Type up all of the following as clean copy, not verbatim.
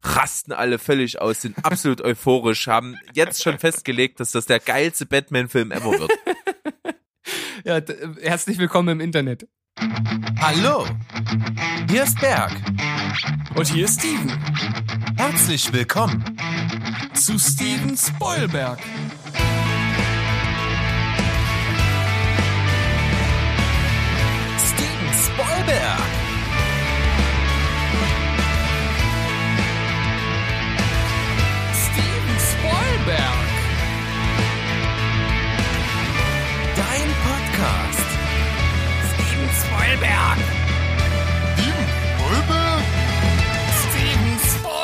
rasten alle völlig aus, sind absolut euphorisch, haben jetzt schon festgelegt, dass das der geilste Batman-Film ever wird. Ja, herzlich willkommen im Internet. Hallo, hier ist Berg. Und hier ist Steven. Herzlich willkommen Zu Steven Spoilberg. Steven Spoilberg. Steven Spoilberg. Dein Podcast. Steven Spoilberg. Steven Spoilberg? Steven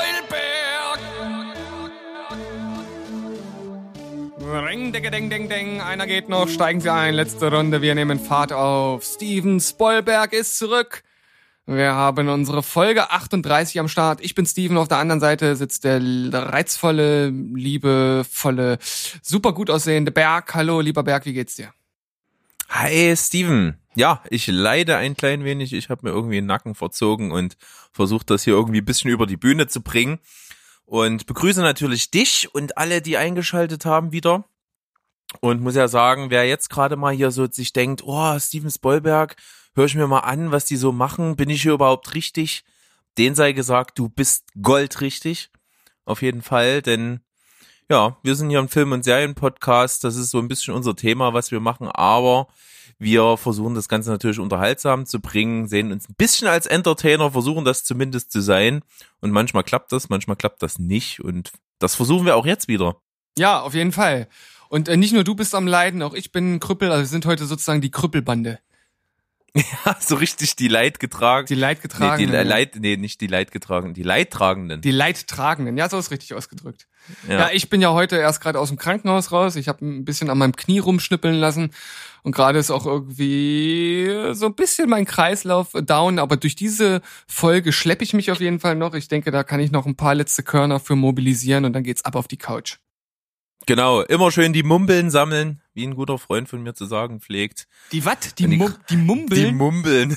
Spoilberg. Ring, ding, ding, ding, ding. Einer geht noch, steigen Sie ein. Letzte Runde, wir nehmen Fahrt auf. Steven Spoilberg ist zurück. Wir haben unsere Folge 38 am Start. Ich bin Steven, auf der anderen Seite sitzt der reizvolle, liebevolle, super gut aussehende Berg. Hallo, lieber Berg, wie geht's dir? Hi Steven. Ja, ich leide ein klein wenig. Ich habe mir irgendwie den Nacken verzogen und versucht, das hier irgendwie ein bisschen über die Bühne zu bringen. Und begrüße natürlich dich und alle, die eingeschaltet haben wieder. Und muss ja sagen, wer jetzt gerade mal hier so sich denkt, oh, Steven Spoilberg, hör ich mir mal an, was die so machen, bin ich hier überhaupt richtig? Den sei gesagt, du bist goldrichtig. Auf jeden Fall, denn ja, wir sind hier ein Film- und Serien-Podcast, das ist so ein bisschen unser Thema, was wir machen, aber wir versuchen das Ganze natürlich unterhaltsam zu bringen, sehen uns ein bisschen als Entertainer, versuchen das zumindest zu sein und manchmal klappt das nicht und das versuchen wir auch jetzt wieder. Ja, auf jeden Fall. Und nicht nur du bist am Leiden, auch ich bin ein Krüppel, also wir sind heute sozusagen die Krüppelbande. Ja, so richtig die Leidgetragenen. Die Leidgetragenen. Nicht die Leidgetragenen, die Leidtragenden. Die Leidtragenden, ja, so ist richtig ausgedrückt. Ja. Ja, ich bin ja heute erst gerade aus dem Krankenhaus raus. Ich habe ein bisschen an meinem Knie rumschnippeln lassen und gerade ist auch irgendwie so ein bisschen mein Kreislauf down, aber durch diese Folge schleppe ich mich auf jeden Fall noch. Ich denke, da kann ich noch ein paar letzte Körner für mobilisieren und dann geht's ab auf die Couch. Genau, immer schön die Mumbeln sammeln, wie ein guter Freund von mir zu sagen pflegt. Die was? Die Mumbeln? Die Mumbeln.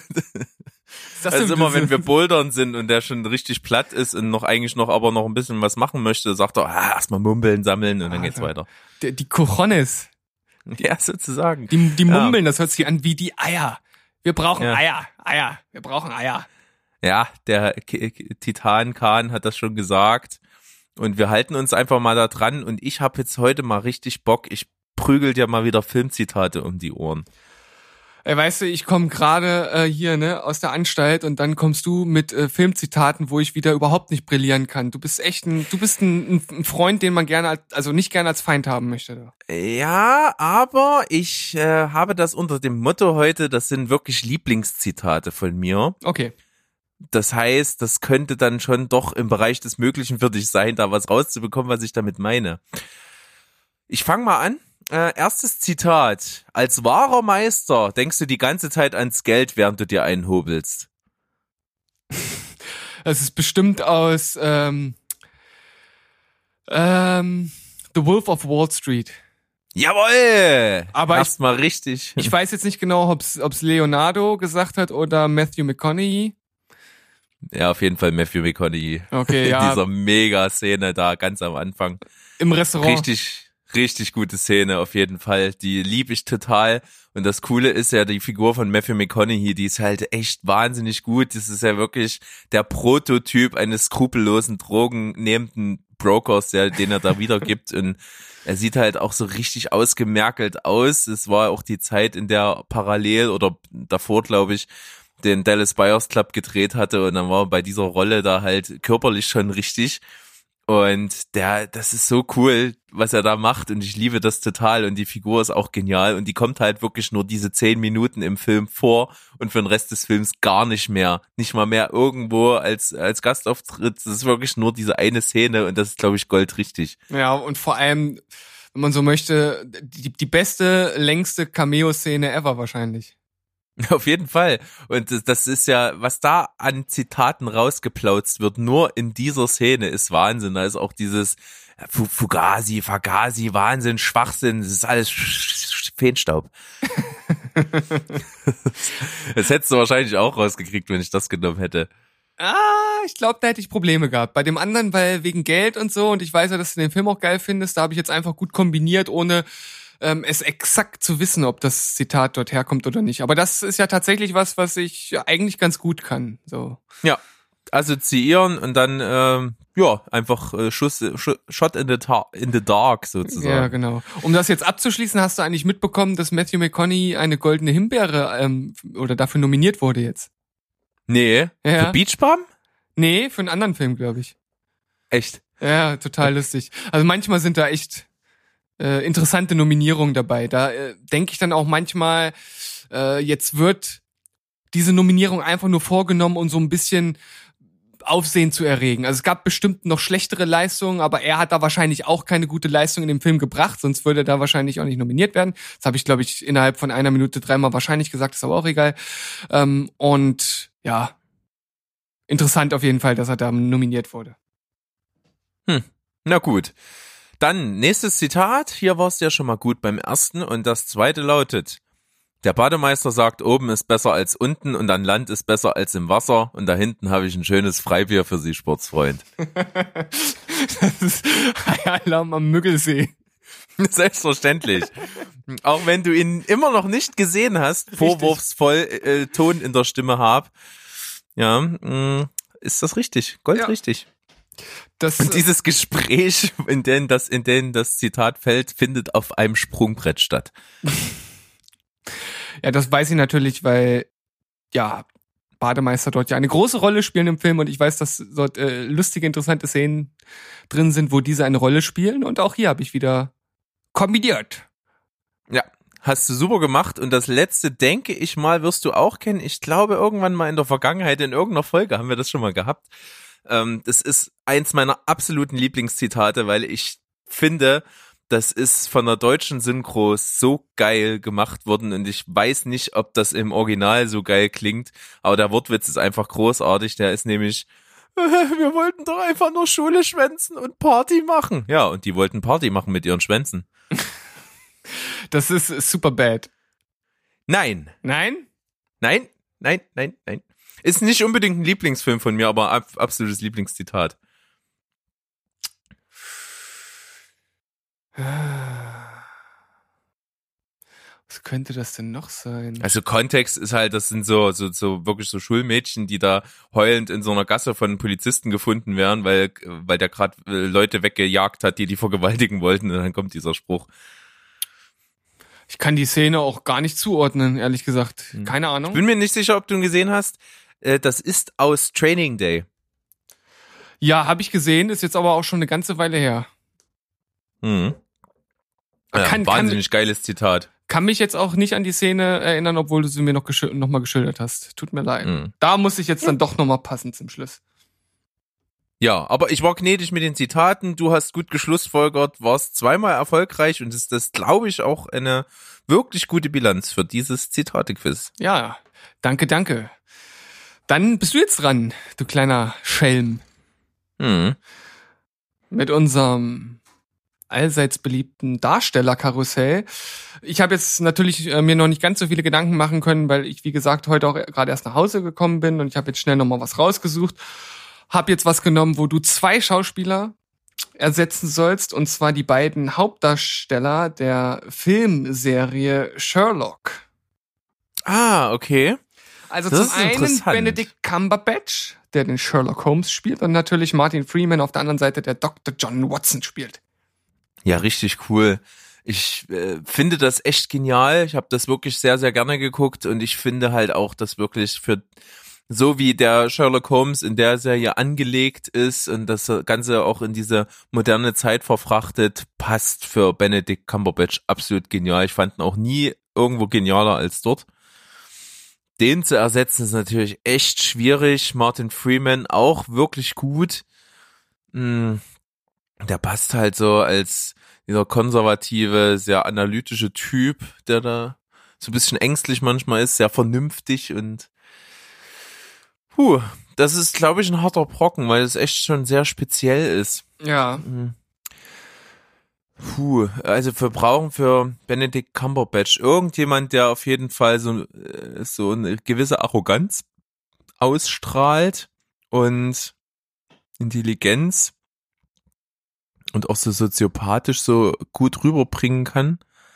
Das Also immer, wenn wir bouldern sind und der schon richtig platt ist und eigentlich noch ein bisschen was machen möchte, sagt er, erstmal Mumbeln sammeln und dann geht's weiter. Die Cojones. Ja, sozusagen. Die Mumbeln, das hört sich an wie die Eier. Wir brauchen Eier. Wir brauchen Eier. Ja, der Titan Khan hat das schon gesagt. Und wir halten uns einfach mal da dran und ich habe jetzt heute mal richtig Bock. Ich prügel dir mal wieder Filmzitate um die Ohren. Ey, weißt du, ich komme gerade hier aus der Anstalt und dann kommst du mit Filmzitaten, wo ich wieder überhaupt nicht brillieren kann. Du bist ein Freund, den man nicht gerne als Feind haben möchte. Ja, aber ich habe das unter dem Motto heute, das sind wirklich Lieblingszitate von mir. Okay. Das heißt, das könnte dann schon doch im Bereich des Möglichen für dich sein, da was rauszubekommen, was ich damit meine. Ich fange mal an. Erstes Zitat. Als wahrer Meister denkst du die ganze Zeit ans Geld, während du dir einen hobelst. Das ist bestimmt aus The Wolf of Wall Street. Jawohl! Aber erstmal richtig. Ich weiß jetzt nicht genau, ob's Leonardo gesagt hat oder Matthew McConaughey. Ja, auf jeden Fall Matthew McConaughey. Okay, ja. In dieser Mega-Szene da ganz am Anfang. Im Restaurant. Richtig gute Szene auf jeden Fall. Die liebe ich total. Und das Coole ist ja, die Figur von Matthew McConaughey, die ist halt echt wahnsinnig gut. Das ist ja wirklich der Prototyp eines skrupellosen, drogennehmenden Brokers, den er da wiedergibt. Und er sieht halt auch so richtig ausgemergelt aus. Es war auch die Zeit, in der parallel oder davor, glaube ich, den Dallas Buyers Club gedreht hatte und dann war er bei dieser Rolle da halt körperlich schon richtig und das ist so cool, was er da macht und ich liebe das total und die Figur ist auch genial und die kommt halt wirklich nur diese 10 Minuten im Film vor und für den Rest des Films gar nicht mehr, nicht mal mehr irgendwo als Gastauftritt, das ist wirklich nur diese eine Szene und das ist, glaube ich, goldrichtig. Ja, und vor allem, wenn man so möchte, die beste, längste Cameo-Szene ever wahrscheinlich. Auf jeden Fall. Und das ist ja, was da an Zitaten rausgeplautzt wird, nur in dieser Szene ist Wahnsinn. Da ist auch dieses Fugazi, Wahnsinn, Schwachsinn, das ist alles Feenstaub. Das hättest du wahrscheinlich auch rausgekriegt, wenn ich das genommen hätte. Ich glaube, da hätte ich Probleme gehabt. Bei dem anderen, weil wegen Geld und so, und ich weiß ja, dass du den Film auch geil findest, da habe ich jetzt einfach gut kombiniert, ohne es exakt zu wissen, ob das Zitat dort herkommt oder nicht. Aber das ist ja tatsächlich was ich eigentlich ganz gut kann. So. Ja, assoziieren und dann einfach Shot in the dark sozusagen. Ja, genau. Um das jetzt abzuschließen, hast du eigentlich mitbekommen, dass Matthew McConaughey eine goldene Himbeere oder dafür nominiert wurde jetzt? Nee, Ja. für Beach Bum? Nee, für einen anderen Film, glaube ich. Echt? Ja, total lustig. Also manchmal sind da echt interessante Nominierungen dabei. Da denke ich dann auch manchmal, jetzt wird diese Nominierung einfach nur vorgenommen, um so ein bisschen Aufsehen zu erregen. Also es gab bestimmt noch schlechtere Leistungen, aber er hat da wahrscheinlich auch keine gute Leistung in dem Film gebracht, sonst würde er da wahrscheinlich auch nicht nominiert werden. Das habe ich, glaube ich, innerhalb von 1 Minute 3-mal wahrscheinlich gesagt, ist aber auch egal. Und ja, interessant auf jeden Fall, dass er da nominiert wurde. Na gut. Dann nächstes Zitat. Hier war es ja schon mal gut beim ersten und das zweite lautet: Der Bademeister sagt, oben ist besser als unten und an Land ist besser als im Wasser und da hinten habe ich ein schönes Freibier für Sie, Sportsfreund. Das ist Alarm am Müggelsee. Selbstverständlich. Auch wenn du ihn immer noch nicht gesehen hast, vorwurfsvoll Ton in der Stimme hab. Ja, ist das richtig. Goldrichtig. Und dieses Gespräch, in dem das Zitat fällt, findet auf einem Sprungbrett statt. Ja, das weiß ich natürlich, weil ja Bademeister dort ja eine große Rolle spielen im Film und ich weiß, dass dort lustige, interessante Szenen drin sind, wo diese eine Rolle spielen und auch hier habe ich wieder kombiniert. Ja, hast du super gemacht und das letzte, denke ich mal, wirst du auch kennen. Ich glaube, irgendwann mal in der Vergangenheit, in irgendeiner Folge haben wir das schon mal gehabt. Das ist eins meiner absoluten Lieblingszitate, weil ich finde, das ist von der deutschen Synchro so geil gemacht worden und ich weiß nicht, ob das im Original so geil klingt, aber der Wortwitz ist einfach großartig. Der ist nämlich: Wir wollten doch einfach nur Schule schwänzen und Party machen. Ja, und die wollten Party machen mit ihren Schwänzen. Das ist super bad. Nein. Nein? Nein. Ist nicht unbedingt ein Lieblingsfilm von mir, aber absolutes Lieblingszitat. Was könnte das denn noch sein? Also Kontext ist halt, das sind so wirklich so Schulmädchen, die da heulend in so einer Gasse von Polizisten gefunden werden, weil der gerade Leute weggejagt hat, die vergewaltigen wollten und dann kommt dieser Spruch. Ich kann die Szene auch gar nicht zuordnen, ehrlich gesagt. Keine Ahnung. Ich bin mir nicht sicher, ob du ihn gesehen hast. Das ist aus Training Day. Ja, habe ich gesehen, ist jetzt aber auch schon eine ganze Weile her. Mhm. Ja, wahnsinnig geiles Zitat. Kann mich jetzt auch nicht an die Szene erinnern, obwohl du sie mir noch mal geschildert hast. Tut mir leid. Mhm. Da muss ich jetzt dann doch noch mal passen zum Schluss. Ja, aber ich war gnädig mit den Zitaten. Du hast gut geschlussfolgert, warst 2-mal erfolgreich und ist das, glaube ich, auch eine wirklich gute Bilanz für dieses Zitate-Quiz. Ja, danke. Dann bist du jetzt dran, du kleiner Schelm. Mhm. Mit unserem allseits beliebten Darstellerkarussell. Ich habe jetzt natürlich mir noch nicht ganz so viele Gedanken machen können, weil ich, wie gesagt, heute auch gerade erst nach Hause gekommen bin und ich habe jetzt schnell nochmal was rausgesucht. Hab jetzt was genommen, wo du 2 Schauspieler ersetzen sollst, und zwar die beiden Hauptdarsteller der Filmserie Sherlock. Ah, okay. Also Das zum ist einen interessant. Benedict Cumberbatch, der den Sherlock Holmes spielt, und natürlich Martin Freeman auf der anderen Seite, der Dr. John Watson spielt. Ja, richtig cool. Ich finde das echt genial. Ich habe das wirklich sehr, sehr gerne geguckt und ich finde halt auch, dass wirklich für so wie der Sherlock Holmes in der Serie angelegt ist und das Ganze auch in diese moderne Zeit verfrachtet, passt für Benedict Cumberbatch absolut genial. Ich fand ihn auch nie irgendwo genialer als dort. Den zu ersetzen ist natürlich echt schwierig. Martin Freeman auch wirklich gut. Der passt halt so als dieser konservative, sehr analytische Typ, der da so ein bisschen ängstlich manchmal ist, sehr vernünftig und das ist, glaube ich, ein harter Brocken, weil es echt schon sehr speziell ist. Ja. Also wir brauchen für Benedict Cumberbatch irgendjemand, der auf jeden Fall so eine gewisse Arroganz ausstrahlt und Intelligenz und auch so soziopathisch so gut rüberbringen kann.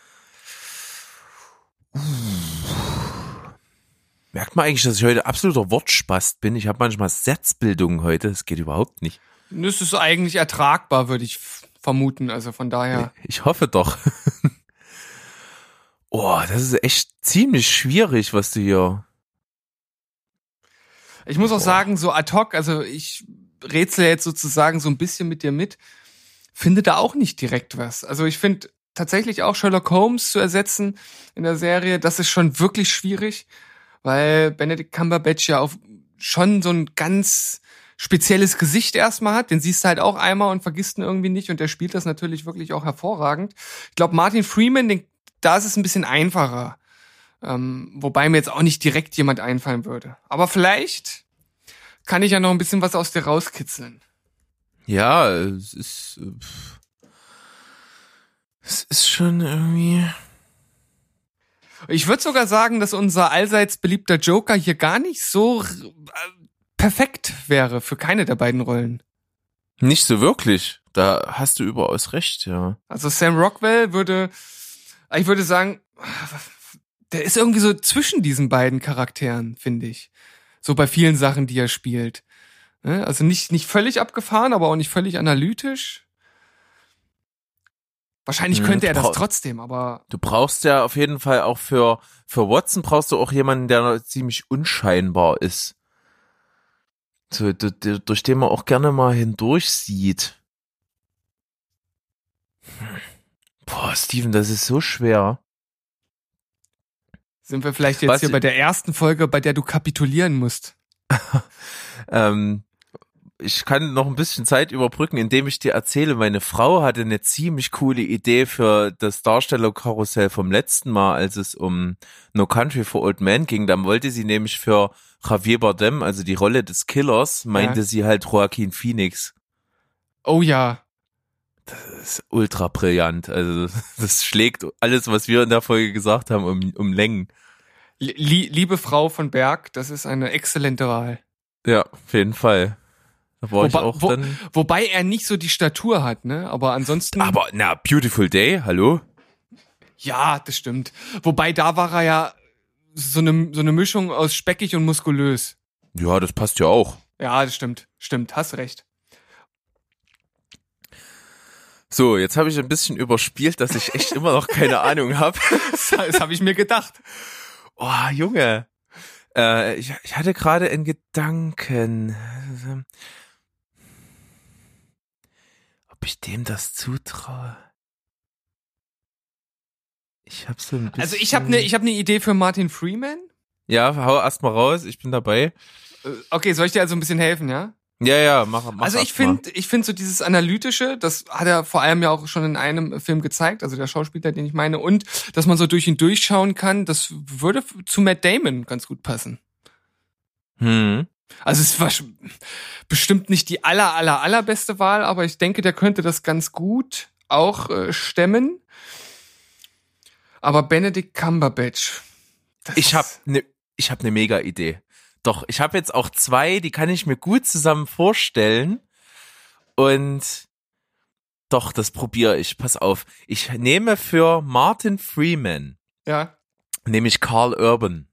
Merkt man eigentlich, dass ich heute absoluter Wortspast bin? Ich habe manchmal Satzbildungen heute, das geht überhaupt nicht. Das ist eigentlich ertragbar, würde ich vermuten, also von daher. Ich hoffe doch. Oh, das ist echt ziemlich schwierig, was du hier... Ich muss auch sagen, so ad hoc, also ich rätsel jetzt sozusagen so ein bisschen mit dir mit, finde da auch nicht direkt was. Also ich finde tatsächlich auch Sherlock Holmes zu ersetzen in der Serie, das ist schon wirklich schwierig, weil Benedict Cumberbatch ja auf schon so ein ganz spezielles Gesicht erstmal hat. Den siehst du halt auch einmal und vergisst ihn irgendwie nicht und der spielt das natürlich wirklich auch hervorragend. Ich glaube, Martin Freeman, da ist es ein bisschen einfacher. Wobei mir jetzt auch nicht direkt jemand einfallen würde. Aber vielleicht kann ich ja noch ein bisschen was aus dir rauskitzeln. Ja, es ist schon irgendwie... Ich würde sogar sagen, dass unser allseits beliebter Joker hier gar nicht so perfekt wäre für keine der beiden Rollen. Nicht so wirklich. Da hast du überaus recht, ja. Also Sam Rockwell ich würde sagen, der ist irgendwie so zwischen diesen beiden Charakteren, finde ich. So bei vielen Sachen, die er spielt. Also nicht völlig abgefahren, aber auch nicht völlig analytisch. Wahrscheinlich könnte er das trotzdem, aber... Du brauchst ja auf jeden Fall auch für Watson brauchst du auch jemanden, der ziemlich unscheinbar ist. So, durch den man auch gerne mal hindurch sieht. Boah, Steven, das ist so schwer. Sind wir vielleicht jetzt hier bei der ersten Folge, bei der du kapitulieren musst? Ich kann noch ein bisschen Zeit überbrücken, indem ich dir erzähle, meine Frau hatte eine ziemlich coole Idee für das Darstellerkarussell vom letzten Mal, als es um No Country for Old Men ging. Dann wollte sie nämlich für Javier Bardem, also die Rolle des Killers, meinte sie halt Joaquin Phoenix. Oh ja. Das ist ultra brillant. Also das schlägt alles, was wir in der Folge gesagt haben, um Längen. Liebe Frau von Berg, das ist eine exzellente Wahl. Ja, auf jeden Fall. Da war ich auch dann. Wobei er nicht so die Statur hat, ne? Aber ansonsten. Aber Beautiful Day, hallo? Ja, das stimmt. Wobei da war er ja so eine Mischung aus speckig und muskulös. Ja, das passt ja auch. Ja, das stimmt. Stimmt, hast recht. So, jetzt habe ich ein bisschen überspielt, dass ich echt immer noch keine Ahnung habe. Das habe ich mir gedacht. Oh, Junge. Ich hatte gerade einen Gedanken. Ob ich dem das zutraue? Ich habe so ein bisschen... Also ich habe eine Idee für Martin Freeman. Ja, hau erst mal raus, ich bin dabei. Okay, soll ich dir also ein bisschen helfen, ja? Ja, mach also ich finde so dieses Analytische, das hat er vor allem ja auch schon in einem Film gezeigt, also der Schauspieler, den ich meine, und dass man so durch ihn durchschauen kann, das würde zu Matt Damon ganz gut passen. Also es war bestimmt nicht die allerbeste Wahl, aber ich denke, der könnte das ganz gut auch stemmen. Aber Benedict Cumberbatch. Ich habe eine mega Idee. Doch, ich habe jetzt auch zwei, die kann ich mir gut zusammen vorstellen. Und doch, das probiere ich. Pass auf. Ich nehme für Martin Freeman. Ja. Nehme ich Carl Urban.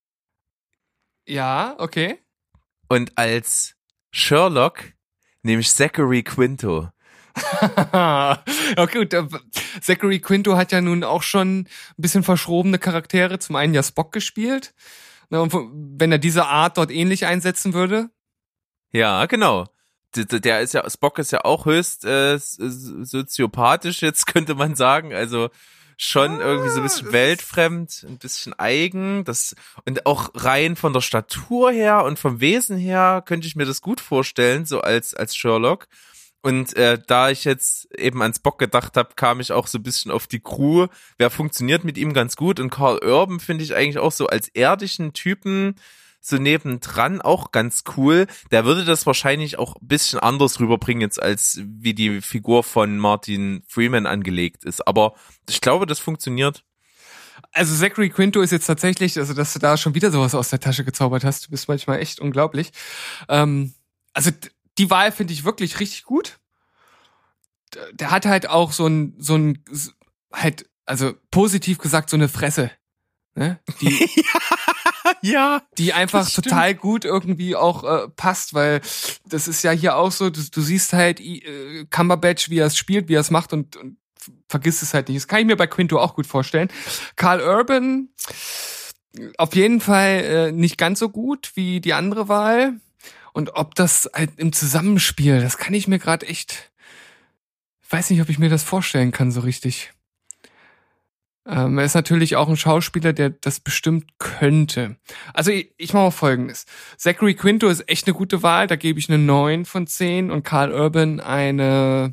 Ja, okay. Und als Sherlock nehme ich Zachary Quinto. Okay, gut. Zachary Quinto hat ja nun auch schon ein bisschen verschrobene Charaktere. Zum einen ja Spock gespielt. Und wenn er diese Art dort ähnlich einsetzen würde? Ja, genau. Der ist ja, Spock ist ja auch höchst soziopathisch, jetzt könnte man sagen. Also schon irgendwie so ein bisschen weltfremd, ein bisschen eigen. Und auch rein von der Statur her und vom Wesen her könnte ich mir das gut vorstellen, so als Sherlock. Und da ich jetzt eben an Spock gedacht habe, kam ich auch so ein bisschen auf die Crew. Wer funktioniert mit ihm ganz gut? Und Carl Urban finde ich eigentlich auch so als erdischen Typen so nebendran auch ganz cool. Der würde das wahrscheinlich auch ein bisschen anders rüberbringen jetzt, als wie die Figur von Martin Freeman angelegt ist. Aber ich glaube, das funktioniert. Also Zachary Quinto ist jetzt tatsächlich, also dass du da schon wieder sowas aus der Tasche gezaubert hast, du bist manchmal echt unglaublich. also die Wahl finde ich wirklich richtig gut. Der hat halt auch so ein halt, also positiv gesagt, so eine Fresse, ne? Die Ja. die einfach total gut irgendwie auch passt, weil das ist ja hier auch so, du siehst halt Cumberbatch, wie er es spielt, wie er es macht und vergisst es halt nicht. Das kann ich mir bei Quinto auch gut vorstellen. Karl Urban auf jeden Fall nicht ganz so gut wie die andere Wahl. Und ob das halt im Zusammenspiel, das kann ich mir gerade echt, ich weiß nicht, ob ich mir das vorstellen kann so richtig. Er ist natürlich auch ein Schauspieler, der das bestimmt könnte. Also ich mache mal Folgendes. Zachary Quinto ist echt eine gute Wahl, da gebe ich eine 9 von 10 und Karl Urban eine...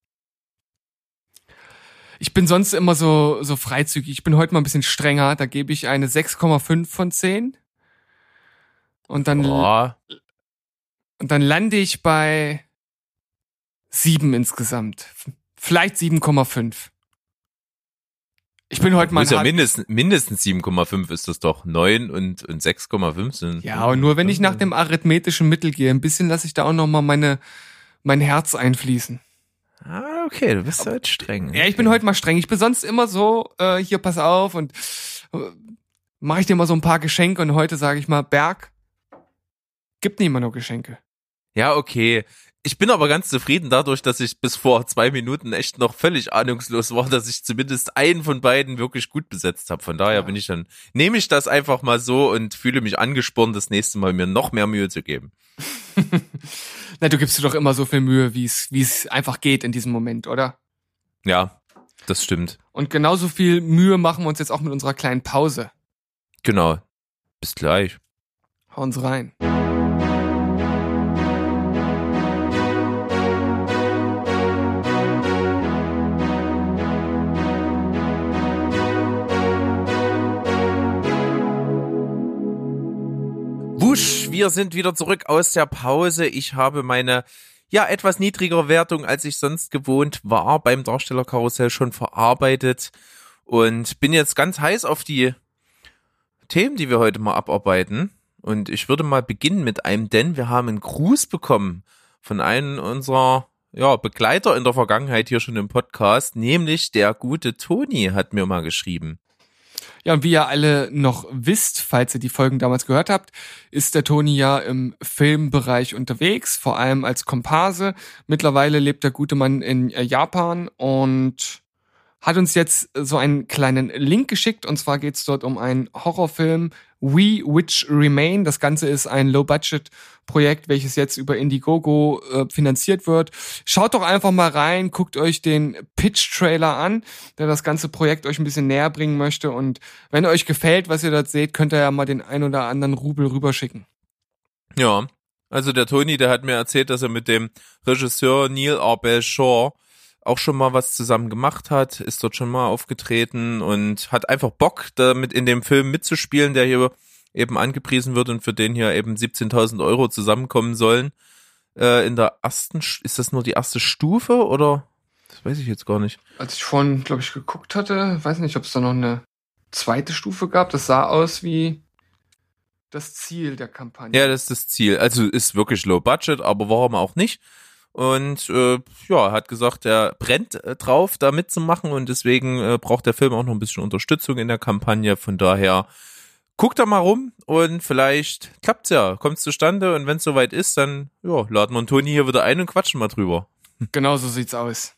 Ich bin sonst immer so freizügig, ich bin heute mal ein bisschen strenger, da gebe ich eine 6,5 von 10. Und dann lande ich bei 7 insgesamt. Vielleicht 7,5. Ich bin heute mal... Ist ja mindestens 7,5 ist das doch. 9 und 6,5 sind... Ja, und nur wenn ich nach dem arithmetischen Mittel gehe. Ein bisschen lasse ich da auch nochmal mein Herz einfließen. Ah, okay, du bist halt streng. Ja, ich bin heute mal streng. Ich bin sonst immer so, hier, pass auf und mache ich dir mal so ein paar Geschenke und heute sage ich mal, Berg, gibt niemand nur Geschenke. Ja, okay. Ich bin aber ganz zufrieden dadurch, dass ich bis vor 2 Minuten echt noch völlig ahnungslos war, dass ich zumindest einen von beiden wirklich gut besetzt habe. Von daher nehme ich das einfach mal so und fühle mich angespornt, das nächste Mal mir noch mehr Mühe zu geben. Na, du gibst dir doch immer so viel Mühe, wie es einfach geht in diesem Moment, oder? Ja, das stimmt. Und genauso viel Mühe machen wir uns jetzt auch mit unserer kleinen Pause. Genau. Bis gleich. Hau uns rein. Wusch, wir sind wieder zurück aus der Pause. Ich habe meine, etwas niedrigere Wertung, als ich sonst gewohnt war, beim Darstellerkarussell schon verarbeitet und bin jetzt ganz heiß auf die Themen, die wir heute mal abarbeiten. Und ich würde mal beginnen mit einem, denn wir haben einen Gruß bekommen von einem unserer Begleiter in der Vergangenheit hier schon im Podcast, nämlich der gute Toni hat mir mal geschrieben. Ja, und wie ihr alle noch wisst, falls ihr die Folgen damals gehört habt, ist der Toni ja im Filmbereich unterwegs, vor allem als Komparse. Mittlerweile lebt der gute Mann in Japan und hat uns jetzt so einen kleinen Link geschickt. Und zwar geht's dort um einen Horrorfilm, We Which Remain. Das Ganze ist ein Low-Budget-Projekt, welches jetzt über Indiegogo finanziert wird. Schaut doch einfach mal rein, guckt euch den Pitch-Trailer an, der das ganze Projekt euch ein bisschen näher bringen möchte. Und wenn euch gefällt, was ihr dort seht, könnt ihr ja mal den ein oder anderen Rubel rüberschicken. Ja, also der Toni, der hat mir erzählt, dass er mit dem Regisseur Neil Arbel Shaw auch schon mal was zusammen gemacht hat, ist dort schon mal aufgetreten und hat einfach Bock, damit in dem Film mitzuspielen, der hier eben angepriesen wird und für den hier eben 17.000 Euro zusammenkommen sollen. In der ersten, ist das nur die erste Stufe oder? Das weiß ich jetzt gar nicht. Als ich vorhin, glaube ich, geguckt hatte, weiß nicht, ob es da noch eine zweite Stufe gab. Das sah aus wie das Ziel der Kampagne. Ja, das ist das Ziel. Also ist wirklich low budget, aber warum auch nicht? Und hat gesagt, er brennt drauf, da mitzumachen und deswegen braucht der Film auch noch ein bisschen Unterstützung in der Kampagne. Von daher guckt da mal rum und vielleicht klappt's ja, kommt's zustande und wenn es soweit ist, dann laden wir Toni hier wieder ein und quatschen mal drüber. Genau so sieht's aus.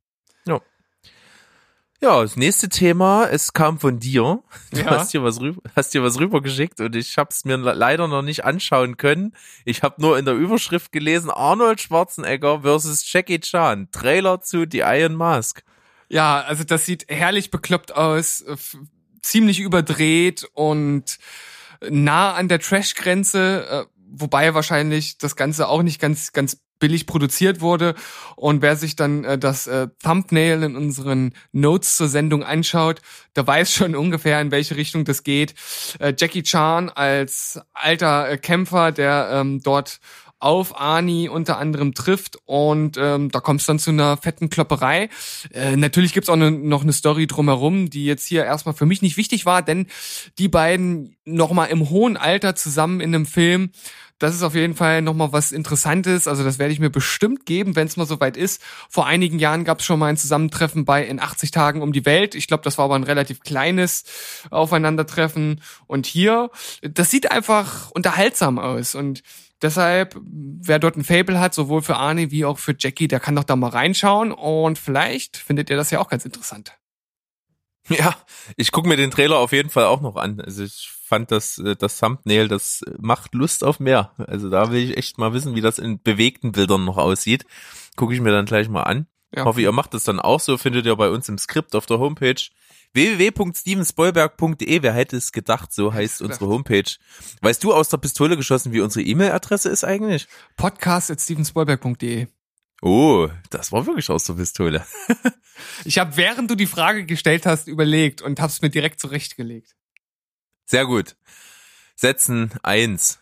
Ja, das nächste Thema, es kam von dir. Du Ja. hast dir was rübergeschickt und ich habe es mir leider noch nicht anschauen können. Ich habe nur in der Überschrift gelesen, Arnold Schwarzenegger versus Jackie Chan, Trailer zu The Iron Mask. Ja, also das sieht herrlich bekloppt aus, ziemlich überdreht und nah an der Trash-Grenze, wobei wahrscheinlich das Ganze auch nicht ganz billig produziert wurde. Und wer sich dann das Thumbnail in unseren Notes zur Sendung anschaut, der weiß schon ungefähr, in welche Richtung das geht. Jackie Chan als alter Kämpfer, der dort auf Arnie unter anderem trifft und da kommt es dann zu einer fetten Klopperei. Natürlich gibt's auch noch eine Story drumherum, die jetzt hier erstmal für mich nicht wichtig war, denn die beiden nochmal im hohen Alter zusammen in einem Film, das ist auf jeden Fall nochmal was Interessantes. Also das werde ich mir bestimmt geben, wenn es mal soweit ist. Vor einigen Jahren gab es schon mal ein Zusammentreffen bei In 80 Tagen um die Welt. Ich glaube, das war aber ein relativ kleines Aufeinandertreffen. Und hier, das sieht einfach unterhaltsam aus. Und deshalb, wer dort ein Faible hat, sowohl für Arnie wie auch für Jackie, der kann doch da mal reinschauen. Und vielleicht findet ihr das ja auch ganz interessant. Ja, ich gucke mir den Trailer auf jeden Fall auch noch an. Also ich fand das Thumbnail, das macht Lust auf mehr. Also da will ich echt mal wissen, wie das in bewegten Bildern noch aussieht. Gucke ich mir dann gleich mal an. Ja. Hoffe, ihr macht das dann auch so. Findet ihr bei uns im Skript auf der Homepage www.stevenspoilberg.de. Wer hätte es gedacht, so heißt unsere Homepage. Weißt du aus der Pistole geschossen, wie unsere E-Mail-Adresse ist eigentlich? podcast@stevenspoilberg.de. Oh, das war wirklich aus der Pistole. Ich habe, während du die Frage gestellt hast, überlegt und hab's mir direkt zurechtgelegt. Sehr gut. Setzen 1.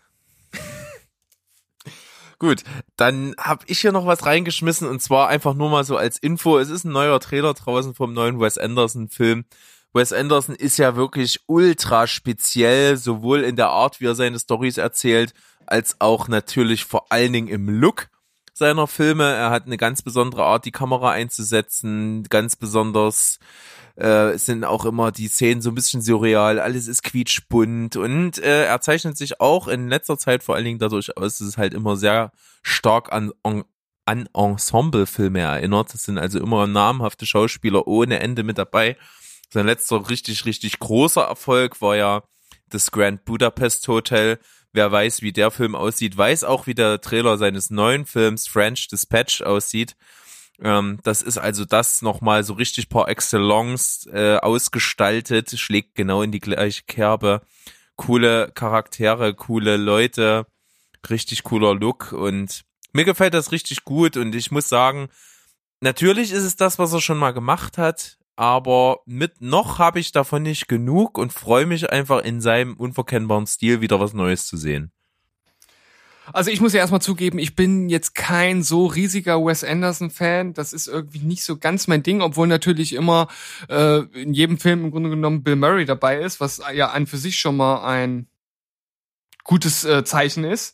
Gut, dann habe ich hier noch was reingeschmissen und zwar einfach nur mal so als Info. Es ist ein neuer Trailer draußen vom neuen Wes Anderson-Film. Wes Anderson ist ja wirklich ultra speziell, sowohl in der Art, wie er seine Storys erzählt, als auch natürlich vor allen Dingen im Look seiner Filme. Er hat eine ganz besondere Art, die Kamera einzusetzen, ganz besonders sind auch immer die Szenen so ein bisschen surreal, alles ist quietschbunt und er zeichnet sich auch in letzter Zeit vor allen Dingen dadurch aus, dass es halt immer sehr stark an Ensemble-Filme erinnert. Das sind also immer namhafte Schauspieler ohne Ende mit dabei. Sein letzter richtig, richtig großer Erfolg war ja das Grand Budapest Hotel. Wer weiß, wie der Film aussieht, weiß auch, wie der Trailer seines neuen Films French Dispatch aussieht. Das ist also das nochmal so richtig par excellence ausgestaltet, schlägt genau in die gleiche Kerbe. Coole Charaktere, coole Leute, richtig cooler Look und mir gefällt das richtig gut und ich muss sagen, natürlich ist es das, was er schon mal gemacht hat, aber mit noch habe ich davon nicht genug und freue mich einfach in seinem unverkennbaren Stil wieder was Neues zu sehen. Also ich muss ja erstmal zugeben, ich bin jetzt kein so riesiger Wes Anderson-Fan. Das ist irgendwie nicht so ganz mein Ding, obwohl natürlich immer in jedem Film im Grunde genommen Bill Murray dabei ist, was ja an für sich schon mal ein gutes Zeichen ist.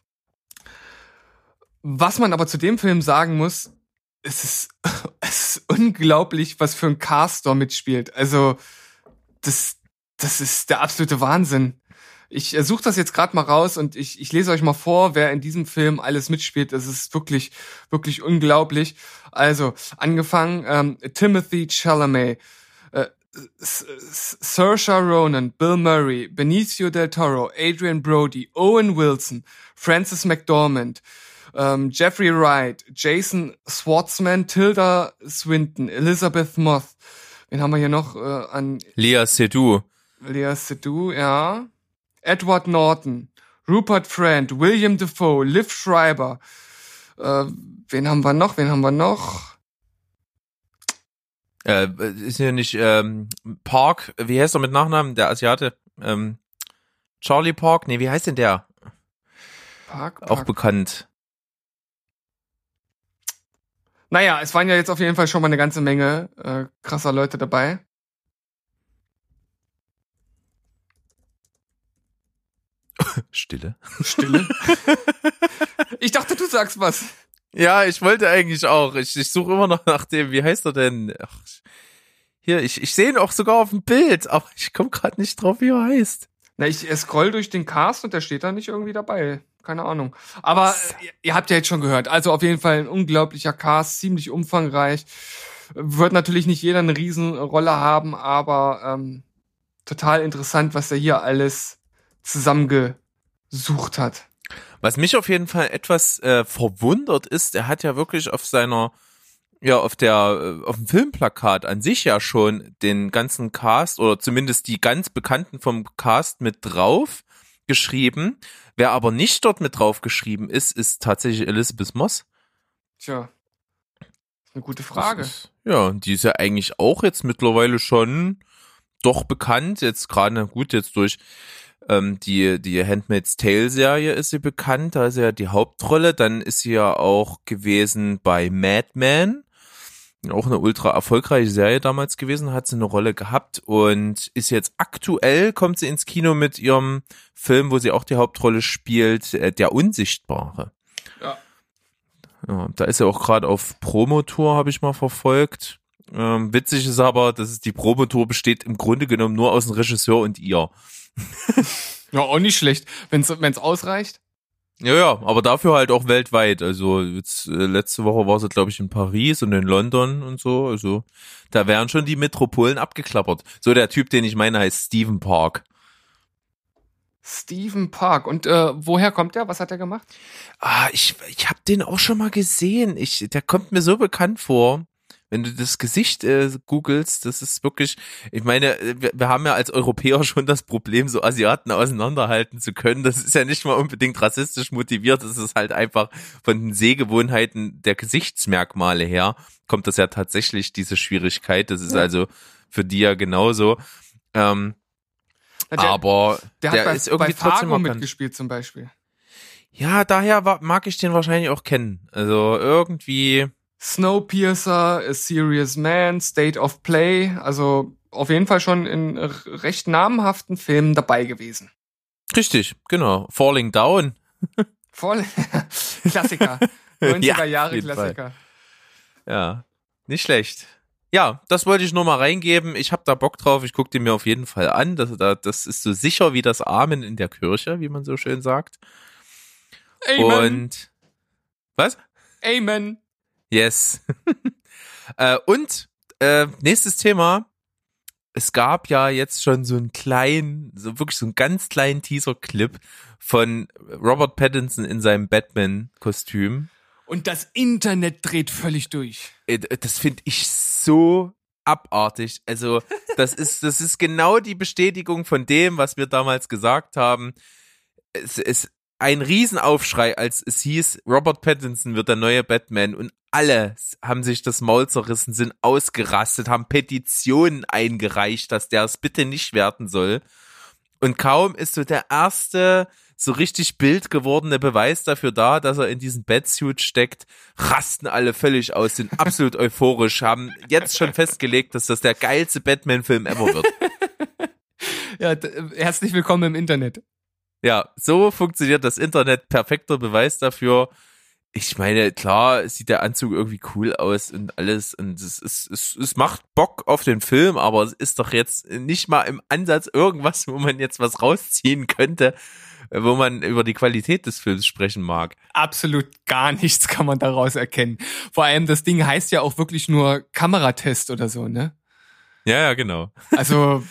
Was man aber zu dem Film sagen muss, es ist unglaublich, was für ein Cast da mitspielt. Also das ist der absolute Wahnsinn. Ich suche das jetzt gerade mal raus und ich lese euch mal vor, wer in diesem Film alles mitspielt. Das ist wirklich, wirklich unglaublich. Also, angefangen, Timothée Chalamet, Saoirse Ronan, Bill Murray, Benicio del Toro, Adrian Brody, Owen Wilson, Frances McDormand, Jeffrey Wright, Jason Schwartzman, Tilda Swinton, Elizabeth Moss. Wen haben wir hier noch an? Lea Seydoux, ja. Edward Norton, Rupert Friend, William Dafoe, Liv Schreiber. Wen haben wir noch? Ist hier nicht Park, wie heißt er mit Nachnamen, der Asiate? Charlie Park? Nee, wie heißt denn der? Park. Auch bekannt. Naja, es waren ja jetzt auf jeden Fall schon mal eine ganze Menge krasser Leute dabei. Stille. Ich dachte, du sagst was. Ja, ich wollte eigentlich auch. Ich suche immer noch nach dem, wie heißt er denn? Ach, hier, ich sehe ihn auch sogar auf dem Bild, aber ich komme gerade nicht drauf, wie er heißt. Na, ich scroll durch den Cast und der steht da nicht irgendwie dabei. Keine Ahnung. Aber ihr habt ja jetzt schon gehört. Also auf jeden Fall ein unglaublicher Cast, ziemlich umfangreich. Wird natürlich nicht jeder eine Riesenrolle haben, aber total interessant, was er hier alles zusammengesucht hat. Was mich auf jeden Fall etwas verwundert ist, er hat ja wirklich auf seiner, ja, auf dem Filmplakat an sich ja schon den ganzen Cast oder zumindest die ganz Bekannten vom Cast mit drauf geschrieben. Wer aber nicht dort mit drauf geschrieben ist tatsächlich Elizabeth Moss. Tja, eine gute Frage. Ja, die ist ja eigentlich auch jetzt mittlerweile schon doch bekannt. Jetzt gerade, gut, jetzt durch die Handmaid's Tale Serie ist sie bekannt, da ist sie ja die Hauptrolle. Dann ist sie ja auch gewesen bei Mad Men. Auch eine ultra erfolgreiche Serie damals gewesen, hat sie eine Rolle gehabt und ist jetzt aktuell, kommt sie ins Kino mit ihrem Film, wo sie auch die Hauptrolle spielt, Der Unsichtbare. Ja, da ist er auch gerade auf Promotour, habe ich mal verfolgt. Witzig ist aber, dass es die Promotour besteht im Grunde genommen nur aus dem Regisseur und ihr. Ja, auch nicht schlecht, wenn's ausreicht. Ja, aber dafür halt auch weltweit. Also jetzt letzte Woche war sie, glaube ich, in Paris und in London und so. Also da werden schon die Metropolen abgeklappert. So, der Typ, den ich meine, heißt Stephen Park. Stephen Park. Und woher kommt der? Was hat er gemacht? Ich habe den auch schon mal gesehen. Der kommt mir so bekannt vor. Wenn du das Gesicht googelst, das ist wirklich, ich meine, wir haben ja als Europäer schon das Problem, so Asiaten auseinanderhalten zu können. Das ist ja nicht mal unbedingt rassistisch motiviert, das ist halt einfach von den Sehgewohnheiten der Gesichtsmerkmale her, kommt das ja tatsächlich, diese Schwierigkeit. Das ist also für die ja genauso. Aber der hat ist irgendwie bei Fargo trotzdem markant mitgespielt zum Beispiel. Ja, daher mag ich den wahrscheinlich auch kennen. Also irgendwie... Snowpiercer, A Serious Man, State of Play, also auf jeden Fall schon in recht namhaften Filmen dabei gewesen. Richtig, genau. Falling Down. Voll Klassiker. 90er Jahre Klassiker. Fall. Ja, nicht schlecht. Ja, das wollte ich nur mal reingeben. Ich habe da Bock drauf. Ich gucke den mir auf jeden Fall an. Das ist so sicher wie das Amen in der Kirche, wie man so schön sagt. Amen. Und was? Amen. Yes. Nächstes Thema. Es gab ja jetzt schon so einen ganz kleinen Teaser-Clip von Robert Pattinson in seinem Batman-Kostüm. Und das Internet dreht völlig durch. Das finde ich so abartig. Also, das ist genau die Bestätigung von dem, was wir damals gesagt haben. Es ist ein Riesenaufschrei, als es hieß, Robert Pattinson wird der neue Batman und alle haben sich das Maul zerrissen, sind ausgerastet, haben Petitionen eingereicht, dass der es bitte nicht werden soll. Und kaum ist so der erste so richtig Bild gewordene Beweis dafür da, dass er in diesen Batsuit steckt, rasten alle völlig aus, sind absolut euphorisch, haben jetzt schon festgelegt, dass das der geilste Batman-Film ever wird. Ja, herzlich willkommen im Internet. Ja, so funktioniert das Internet. Perfekter Beweis dafür. Ich meine, klar sieht der Anzug irgendwie cool aus und alles und es macht Bock auf den Film, aber es ist doch jetzt nicht mal im Ansatz irgendwas, wo man jetzt was rausziehen könnte, wo man über die Qualität des Films sprechen mag. Absolut gar nichts kann man daraus erkennen. Vor allem das Ding heißt ja auch wirklich nur Kameratest oder so, ne? Ja, genau. Also,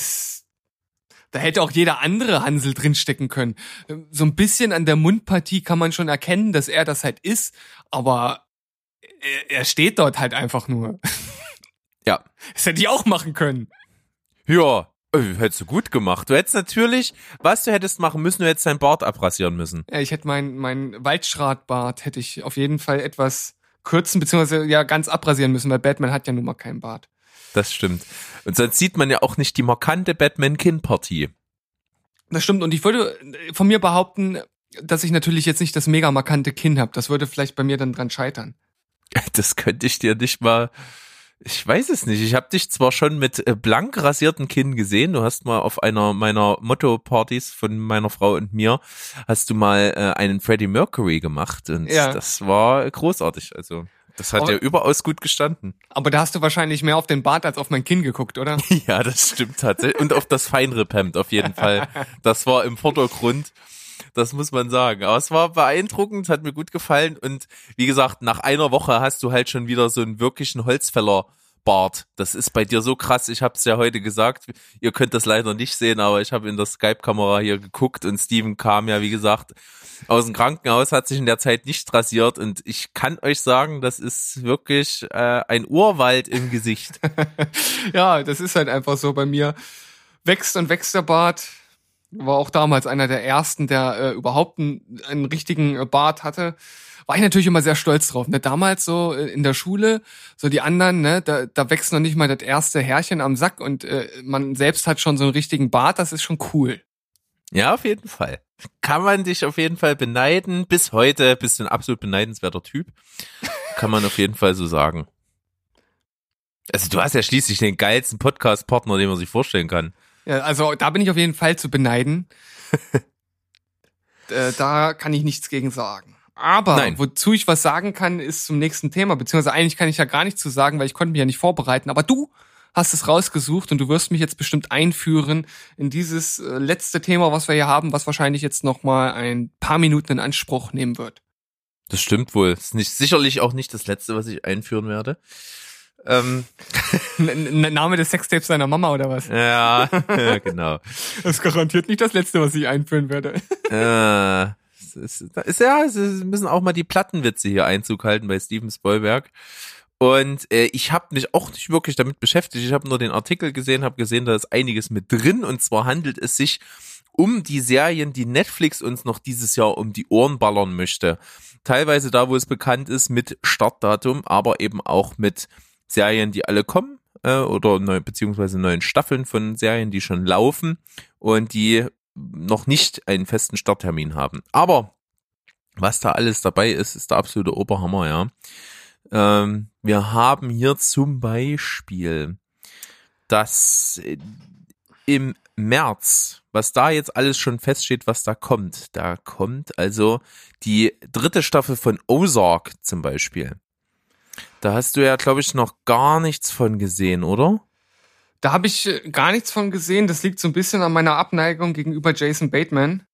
da hätte auch jeder andere Hansel drinstecken können. So ein bisschen an der Mundpartie kann man schon erkennen, dass er das halt ist, aber er steht dort halt einfach nur. Ja. Das hätte ich auch machen können. Ja, hättest du gut gemacht. Du hättest natürlich, was du hättest machen müssen, du hättest deinen Bart abrasieren müssen. Ja, ich hätte mein Waldschratbart hätte ich auf jeden Fall etwas kürzen, beziehungsweise ja ganz abrasieren müssen, weil Batman hat ja nun mal keinen Bart. Das stimmt. Und sonst sieht man ja auch nicht die markante Batman-Kinn-Partie. Das stimmt. Und ich würde von mir behaupten, dass ich natürlich jetzt nicht das mega markante Kinn habe. Das würde vielleicht bei mir dann dran scheitern. Das könnte ich dir nicht mal... Ich weiß es nicht. Ich habe dich zwar schon mit blank rasierten Kinn gesehen. Du hast mal auf einer meiner Motto-Partys von meiner Frau und mir, hast du mal einen Freddie Mercury gemacht. Und ja, das war großartig. Also... Das hat ja überaus gut gestanden. Aber da hast du wahrscheinlich mehr auf den Bart als auf mein Kinn geguckt, oder? Ja, das stimmt tatsächlich. Und auf das Feinripp-Hemd auf jeden Fall. Das war im Vordergrund. Das muss man sagen. Aber es war beeindruckend, hat mir gut gefallen. Und wie gesagt, nach einer Woche hast du halt schon wieder so einen wirklichen Holzfäller-Bart. Das ist bei dir so krass. Ich habe es ja heute gesagt. Ihr könnt das leider nicht sehen, aber ich habe in der Skype-Kamera hier geguckt und Steven kam ja, wie gesagt, aus dem Krankenhaus, hat sich in der Zeit nicht rasiert und ich kann euch sagen, das ist wirklich ein Urwald im Gesicht. Ja, das ist halt einfach so bei mir. Wächst und wächst der Bart. War auch damals einer der ersten, der überhaupt einen richtigen Bart hatte. War ich natürlich immer sehr stolz drauf. Ne? Damals so in der Schule, so die anderen, ne, da wächst noch nicht mal das erste Härchen am Sack und man selbst hat schon so einen richtigen Bart, das ist schon cool. Ja, auf jeden Fall. Kann man dich auf jeden Fall beneiden. Bis heute bist du ein absolut beneidenswerter Typ. Kann man auf jeden Fall so sagen. Also du hast ja schließlich den geilsten Podcast-Partner, den man sich vorstellen kann. Ja, also da bin ich auf jeden Fall zu beneiden. Da kann ich nichts gegen sagen. Aber Nein. wozu ich was sagen kann, ist zum nächsten Thema. Beziehungsweise eigentlich kann ich ja gar nichts zu sagen, weil ich konnte mich ja nicht vorbereiten. Aber du hast es rausgesucht und du wirst mich jetzt bestimmt einführen in dieses letzte Thema, was wir hier haben, was wahrscheinlich jetzt noch mal ein paar Minuten in Anspruch nehmen wird. Das stimmt wohl. Ist sicherlich auch nicht das Letzte, was ich einführen werde. Name des Sextapes deiner Mama oder was? Ja, genau. Das ist garantiert nicht das Letzte, was ich einführen werde. Es müssen auch mal die Plattenwitze hier Einzug halten bei Steven Spielberg. Und ich habe mich auch nicht wirklich damit beschäftigt. Ich habe nur den Artikel gesehen, habe gesehen, da ist einiges mit drin. Und zwar handelt es sich um die Serien, die Netflix uns noch dieses Jahr um die Ohren ballern möchte. Teilweise da, wo es bekannt ist, mit Startdatum, aber eben auch mit Serien, die alle kommen beziehungsweise neuen Staffeln von Serien, die schon laufen und die noch nicht einen festen Starttermin haben. Aber was da alles dabei ist, ist der absolute Oberhammer, ja. Wir haben hier zum Beispiel, dass im März, was da jetzt alles schon feststeht, was da kommt also die 3. Staffel von Ozark zum Beispiel. Da hast du ja, glaube ich, noch gar nichts von gesehen, oder? Da habe ich gar nichts von gesehen. Das liegt so ein bisschen an meiner Abneigung gegenüber Jason Bateman.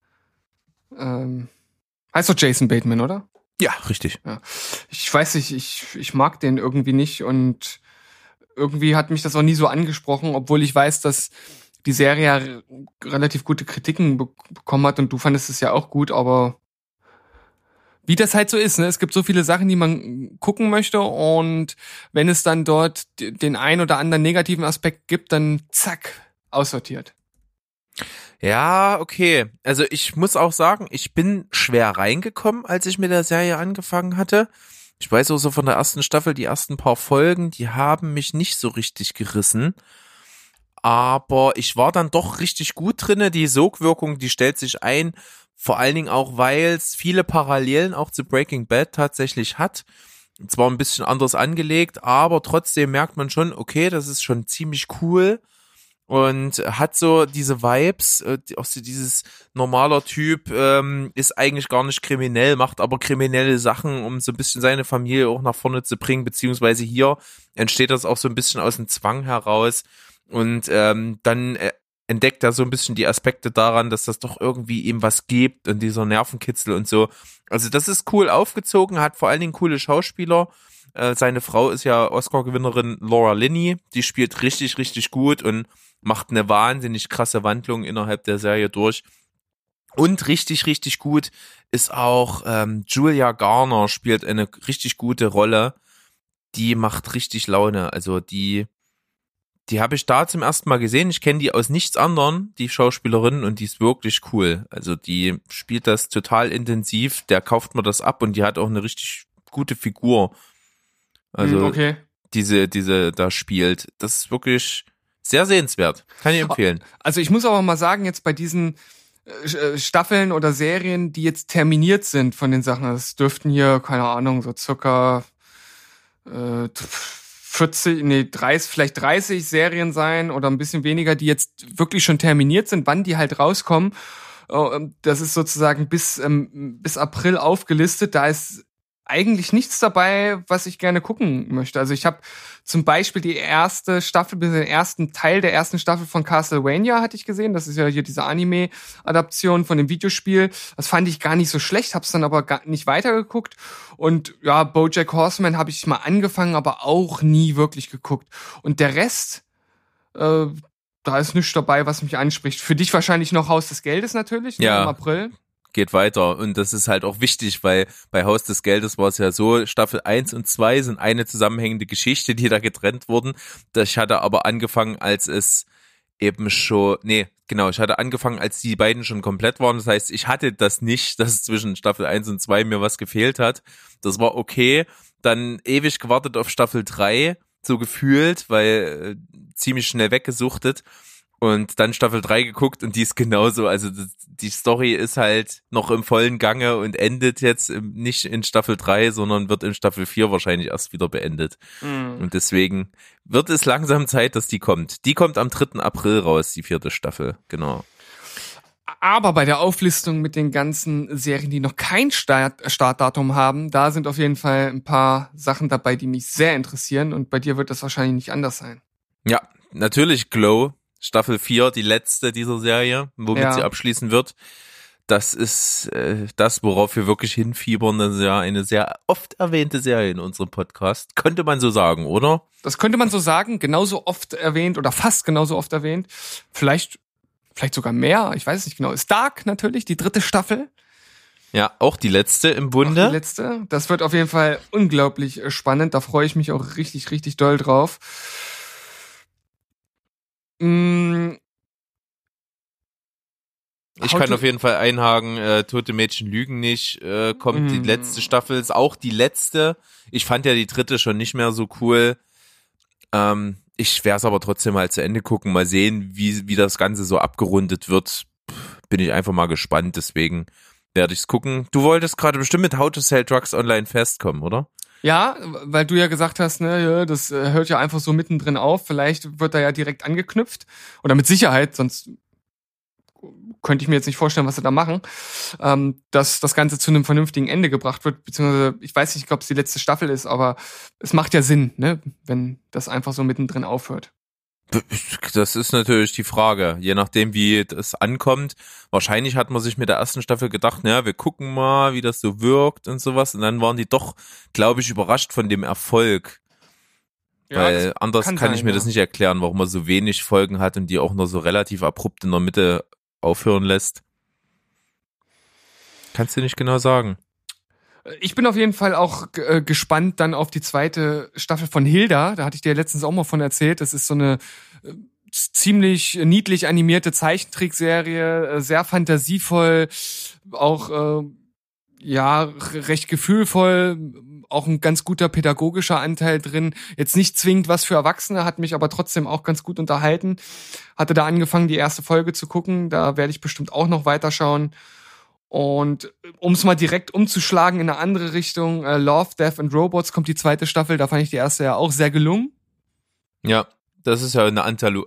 Heißt doch Jason Bateman, oder? Ja, richtig. Ja. Ich weiß nicht, ich mag den irgendwie nicht und irgendwie hat mich das auch nie so angesprochen, obwohl ich weiß, dass die Serie ja relativ gute Kritiken bekommen hat und du fandest es ja auch gut, aber wie das halt so ist, ne? Es gibt so viele Sachen, die man gucken möchte und wenn es dann dort den ein oder anderen negativen Aspekt gibt, dann zack, aussortiert. Ja, okay. Also ich muss auch sagen, ich bin schwer reingekommen, als ich mit der Serie angefangen hatte. Ich weiß auch so von der ersten Staffel, die ersten paar Folgen, die haben mich nicht so richtig gerissen. Aber ich war dann doch richtig gut drinne. Die Sogwirkung, die stellt sich ein. Vor allen Dingen auch, weil es viele Parallelen auch zu Breaking Bad tatsächlich hat. Zwar ein bisschen anders angelegt, aber trotzdem merkt man schon, okay, das ist schon ziemlich cool und hat so diese Vibes, auch so dieses normaler Typ ist eigentlich gar nicht kriminell, macht aber kriminelle Sachen, um so ein bisschen seine Familie auch nach vorne zu bringen, beziehungsweise hier entsteht das auch so ein bisschen aus dem Zwang heraus und dann entdeckt er so ein bisschen die Aspekte daran, dass das doch irgendwie ihm was gibt und dieser Nervenkitzel und so. Also das ist cool aufgezogen, hat vor allen Dingen coole Schauspieler. Seine Frau ist ja Oscar-Gewinnerin Laura Linney, die spielt richtig, richtig gut und macht eine wahnsinnig krasse Wandlung innerhalb der Serie durch. Und richtig, richtig gut ist auch Julia Garner spielt eine richtig gute Rolle. Die macht richtig Laune, also die habe ich da zum ersten Mal gesehen. Ich kenne die aus nichts anderem, die Schauspielerin, und die ist wirklich cool. Also die spielt das total intensiv, der kauft mir das ab und die hat auch eine richtig gute Figur. Also okay. diese da spielt. Das ist wirklich sehr sehenswert. Kann ich empfehlen. Also ich muss aber mal sagen, jetzt bei diesen Staffeln oder Serien, die jetzt terminiert sind von den Sachen, das dürften hier, keine Ahnung, so circa 30, vielleicht 30 Serien sein oder ein bisschen weniger, die jetzt wirklich schon terminiert sind, wann die halt rauskommen. Das ist sozusagen bis April aufgelistet. Da ist eigentlich nichts dabei, was ich gerne gucken möchte. Also ich habe zum Beispiel die erste Staffel, den ersten Teil der ersten Staffel von Castlevania hatte ich gesehen. Das ist ja hier diese Anime-Adaption von dem Videospiel. Das fand ich gar nicht so schlecht, hab's dann aber gar nicht weitergeguckt. Und ja, BoJack Horseman habe ich mal angefangen, aber auch nie wirklich geguckt. Und der Rest, da ist nichts dabei, was mich anspricht. Für dich wahrscheinlich noch Haus des Geldes natürlich, ne, Ja. im April. Geht weiter und das ist halt auch wichtig, weil bei Haus des Geldes war es ja so, Staffel 1 und 2 sind eine zusammenhängende Geschichte, die da getrennt wurden. Ich hatte aber angefangen, als die beiden schon komplett waren. Das heißt, ich hatte das nicht, dass zwischen Staffel 1 und 2 mir was gefehlt hat. Das war okay. Dann ewig gewartet auf Staffel 3, so gefühlt, weil ziemlich schnell weggesuchtet. Und dann Staffel 3 geguckt und die ist genauso, also die Story ist halt noch im vollen Gange und endet jetzt nicht in Staffel 3, sondern wird in Staffel 4 wahrscheinlich erst wieder beendet. Und deswegen wird es langsam Zeit, dass die kommt. Die kommt am 3. April raus, die 4. Staffel, genau. Aber bei der Auflistung mit den ganzen Serien, die noch kein Startdatum haben, da sind auf jeden Fall ein paar Sachen dabei, die mich sehr interessieren. Und bei dir wird das wahrscheinlich nicht anders sein. Ja, natürlich Glow, Staffel 4, die letzte dieser Serie, womit sie abschließen wird. Das ist das, worauf wir wirklich hinfiebern. Das ist ja eine sehr oft erwähnte Serie in unserem Podcast. Könnte man so sagen, oder? Das könnte man so sagen, genauso oft erwähnt oder fast genauso oft erwähnt. Vielleicht sogar mehr, ich weiß es nicht genau. Ist Dark natürlich, die 3. Staffel. Ja, auch die letzte im Bunde. Auch die letzte. Das wird auf jeden Fall unglaublich spannend. Da freue ich mich auch richtig, richtig doll drauf. Ich kann auf jeden Fall einhaken, Tote Mädchen lügen nicht, kommt die letzte Staffel, ist auch die letzte. Ich fand ja die 3. schon nicht mehr so cool. Ich werde es aber trotzdem mal zu Ende gucken, mal sehen, wie das Ganze so abgerundet wird. Bin ich einfach mal gespannt, deswegen werde ich es gucken. Du wolltest gerade bestimmt mit How to Sell Drugs Online Fast kommen, oder? Ja, weil du ja gesagt hast, ne, ja, das hört ja einfach so mittendrin auf. Vielleicht wird da ja direkt angeknüpft. Oder mit Sicherheit, sonst könnte ich mir jetzt nicht vorstellen, was sie da machen. Dass das Ganze zu einem vernünftigen Ende gebracht wird. Beziehungsweise, ich weiß nicht, ob es die letzte Staffel ist, aber es macht ja Sinn, ne, wenn das einfach so mittendrin aufhört. Das ist natürlich die Frage, je nachdem wie das ankommt. Wahrscheinlich hat man sich mit der ersten Staffel gedacht, naja, wir gucken mal, wie das so wirkt und sowas. Und dann waren die doch, glaube ich, überrascht von dem Erfolg. Ja, weil anders kann ich mir das nicht erklären, warum man so wenig Folgen hat und die auch nur so relativ abrupt in der Mitte aufhören lässt. Kannst du nicht genau sagen. Ich bin auf jeden Fall auch gespannt dann auf die 2. Staffel von Hilda. Da hatte ich dir letztens auch mal von erzählt. Das ist so eine ziemlich niedlich animierte Zeichentrickserie, sehr fantasievoll, auch recht gefühlvoll, auch ein ganz guter pädagogischer Anteil drin. Jetzt nicht zwingend was für Erwachsene, hat mich aber trotzdem auch ganz gut unterhalten. Hatte da angefangen, die erste Folge zu gucken. Da werde ich bestimmt auch noch weiterschauen. Und um es mal direkt umzuschlagen in eine andere Richtung, Love, Death and Robots kommt die 2. Staffel. Da fand ich die erste ja auch sehr gelungen. Ja, das ist ja eine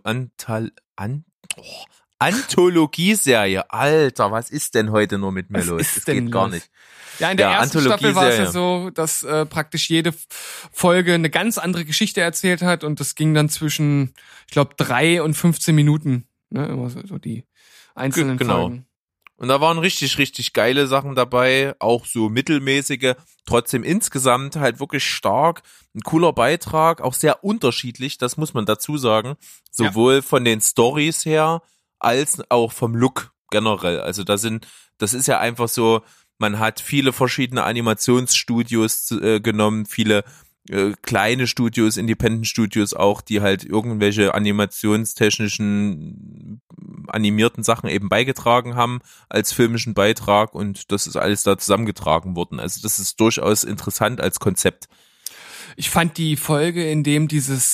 Anthologieserie. Alter, was ist denn heute nur mit mir los? Das geht gar nicht. Ja, in der ersten Staffel war es ja so, dass praktisch jede Folge eine ganz andere Geschichte erzählt hat und das ging dann zwischen, ich glaube, 3 und 15 Minuten. Ne? Immer so die einzelnen Folgen. Und da waren richtig, richtig geile Sachen dabei, auch so mittelmäßige, trotzdem insgesamt halt wirklich stark, ein cooler Beitrag, auch sehr unterschiedlich, das muss man dazu sagen, sowohl von den Storys her, als auch vom Look generell. Also das ist ja einfach so, man hat viele verschiedene Animationsstudios genommen, viele kleine Studios, Independent-Studios auch, die halt irgendwelche animationstechnischen animierten Sachen eben beigetragen haben als filmischen Beitrag und das ist alles da zusammengetragen worden. Also das ist durchaus interessant als Konzept. Ich fand die Folge, in dem